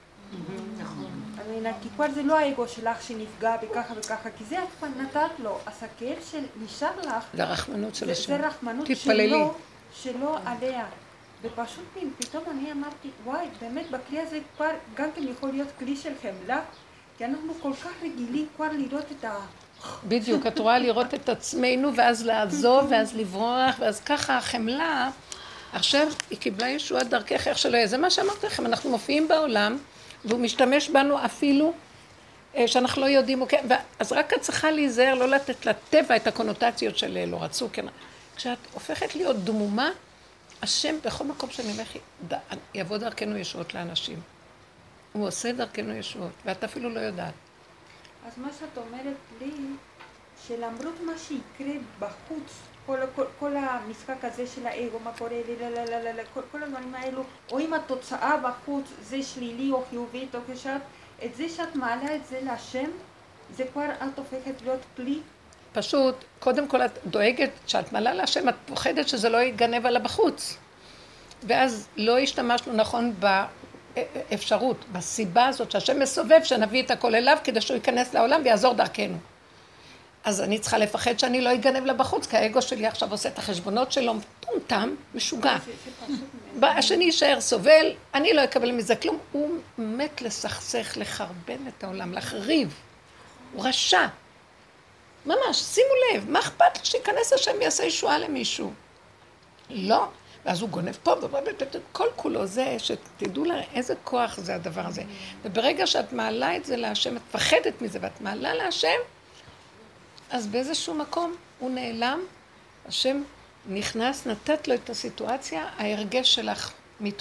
נכון. כי כבר זה לא האגו שלך שנפגע וככה וככה, כי זה את כבר נתת לו, אז הכאב שנשאר לך, זה רחמנות של השם. זה רחמנות שלו עליה. ופשוט פתאום אני אמרתי, וואי, באמת בכלי הזה כבר גם כן יכול להיות כלי של חמלה, כי אנחנו כל כך רגילים כבר לראות את בדיוק, את רואה לראות את עצמנו, ואז לעזוב, ואז לברוח, ואז ככה החמלה. עכשיו היא קיבלה ישועה דרכך, איך שלא יהיה. זה מה שאמרתי לכם, אנחנו מופיעים בעולם, והוא משתמש בנו אפילו שאנחנו לא יודעים. אז רק את צריכה להיזהר, לא לתת לטבע את הקונוטציות של לא רצו. כשאת הופכת להיות דמומה, השם בכל מקום שאני אלך, יבוא דרכנו ישועות לאנשים. הוא עושה דרכנו ישועות, ואת אפילו לא יודעת. אז מה שאת אומרת לי, שלמרות מה שיקרה בחוץ, כל המשחק הזה של האגו, מה קורה לי, כל הדברים האלו, או אם התוצאה בחוץ זה שלילי או חיובית, או כשאת, את זה שאת מעלה את זה להשם, זה כבר את הופכת להיות כלי. פשוט, קודם כל את דואגת שאת מעלה להשם, את פוחדת שזה לא יגנב עלה בחוץ. ואז לא השתמשנו נכון אפשרות, בסיבה הזאת שהשם מסובב, שנביא את הכל אליו כדי שהוא ייכנס לעולם ויעזור דרכנו. אז אני צריכה לפחד שאני לא אגנב לה בחוץ, כי האגו שלי עכשיו עושה את החשבונות שלו, טומטם, משוגע. השני יישאר סובל, אני לא אקבל מזה כלום, הוא מת לסכסך, לחרבן את העולם, להחריב. הוא רשע. ממש, שימו לב, מה אכפת לו שיכנס השם ויעשה ישועה למישהו? לא. ואז הוא גונב פה, כל כולו זה, שתדעו לה איזה כוח זה הדבר הזה. וברגע שאת מעלה את זה להשם, את פחדת מזה, ואת מעלה להשם, אז באיזשהו מקום הוא נעלם, השם נכנס, נתת לו את הסיטואציה, ההרגש שלך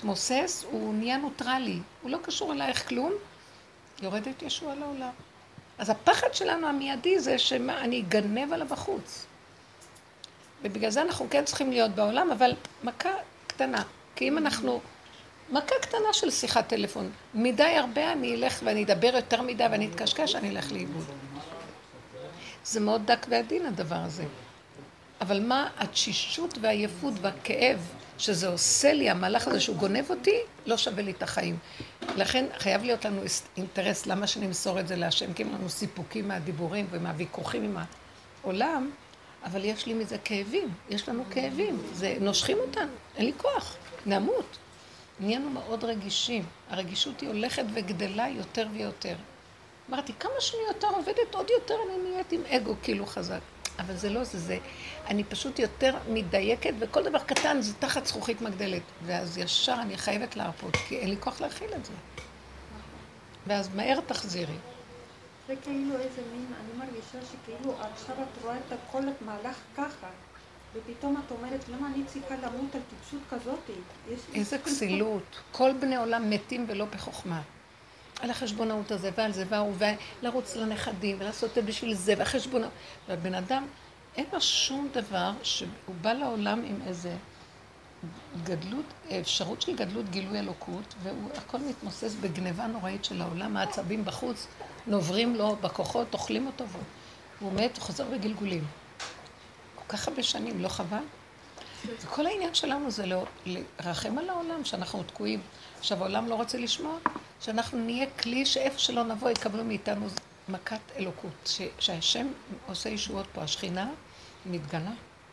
מתמוסס, הוא נהיה נוטרלי, הוא לא קשור אלייך כלום, יורדת ישוע לעולם. אז הפחד שלנו המיידי זה שמה, אני אגנב עליו בחוץ. ובגלל זה אנחנו כן צריכים להיות בעולם, אבל מכה קטנה. כי אם אנחנו, מכה קטנה של שיחת טלפון, מדי הרבה אני אלך ואני אדבר יותר מדי ואני אתקשקש, אני אלך לאיבוד. זה מאוד דק ועדין הדבר הזה. אבל מה התשישות והעייפות והכאב שזה עושה לי, המהלך הזה שהוא גונב אותי, לא שווה לי את החיים. לכן חייב להיות לנו אינטרס למה שנמסור את זה להשם, כי אם לנו סיפוקים מהדיבורים ומהוויכוחים עם העולם, אבל יש לי מזה כאבים, יש לנו כאבים, זה נושכים אותנו, אין לי כוח, נמות. נהיינו מאוד רגישים, הרגישות היא הולכת וגדלה יותר ויותר. אמרתי, כמה שאני יותר עובדת, עוד יותר אני נהיית עם אגו כאילו חזק. אבל זה לא זה, אני פשוט יותר מדייקת, וכל דבר קטן זה תחת זכוכית מגדלת. ואז ישר אני חייבת להרפות, כי אין לי כוח להכיל את זה. ואז מהר תחזירי. זה כאילו איזה מין, אני מרגישה שכאילו עכשיו את רואה את כל המהלך ככה, ופתאום את אומרת, למה אני צריכה למות על טיפשות כזאת? איזה כסילות. כל בני עולם מתים ולא בחוכמה. על החשבונאות הזה ועל זה והוא, ולרוץ לנכדים ולעשות את בשביל זה, והחשבונאות. והבן אדם, אין לו שום דבר שהוא בא לעולם עם איזה גדלות, אפשרות של גדלות גילוי אלוקות, והכל מתמוסס בגניבה נוראית של העולם, העצבים בחוץ, נוברים לו בכוחות, אוכלים אותו, והוא מת, חוזר בגלגולים. כל כך הרבה שנים, לא חבל? וכל העניין שלנו זה לרחם על העולם, שאנחנו תקועים. עכשיו, העולם לא רוצה לשמוע, שאנחנו נהיה כלי שאיפה שלא נבוא, יקבלו מאיתנו מכת אלוקות, שהשם עושה ישועות פה, השכינה מתגלה.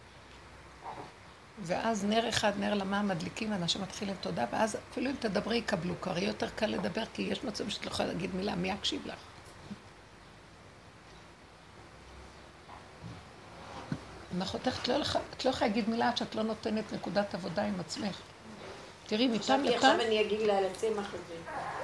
ואז נר אחד, נר למה מדליקים, אנשים מתחילים תודה, ואז אפילו אם תדברי יקבלו, כבר יהיה יותר קל לדבר, כי יש מצב שאת לא יכולה להגיד מילה, מי יקשיב לך? אחותך, את לא יכולה להגיד מילה עד שאת לא נותנת נקודת עבודה עם עצמך. תראי, מפעם לפעם... עכשיו אני אגיד לה על הצמח הזה.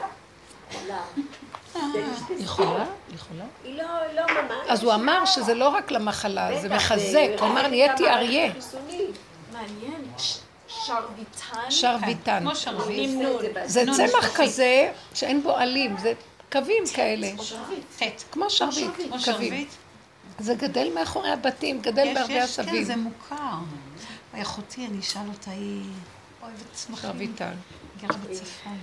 יכולה? יכולה? היא לא ממש. אז הוא אמר שזה לא רק למחלה, זה מחזק. הוא אמר, נהייתי אריה. מעניין, שרביטן. שרביטן. כמו שרביט. זה צמח כזה שאין בו עלים, זה קווים כאלה. כמו שרביט. כמו שרביט. זה גדל מאחורי הבתים, גדל בהרבה עשבים. כן, זה מוכר. אחותי, אני אשאל אותה, היא אוהבת צמחים. שרביטן. גרה בצפון.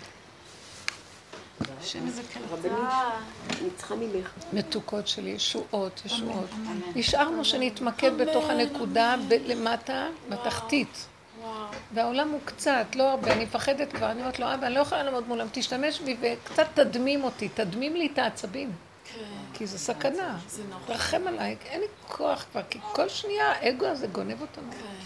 השם איזה כאלה. רבנית, אני צריכה ממך. מתוקות שלי, ישועות, ישועות. נשארנו שנתמקד בתוך הנקודה למטה, בתחתית. והעולם הוא קצת, לא הרבה, אני מפחדת כבר, אני אומרת לו, אבא, אני לא יכולה לעמוד מולם, תשתמש בי וקצת תדמים אותי, תדמים לי את העצבים. כי זה סכנה, תרחם עליי, אין לי כוח כבר, כי כל שנייה האגו הזה גונב אותנו.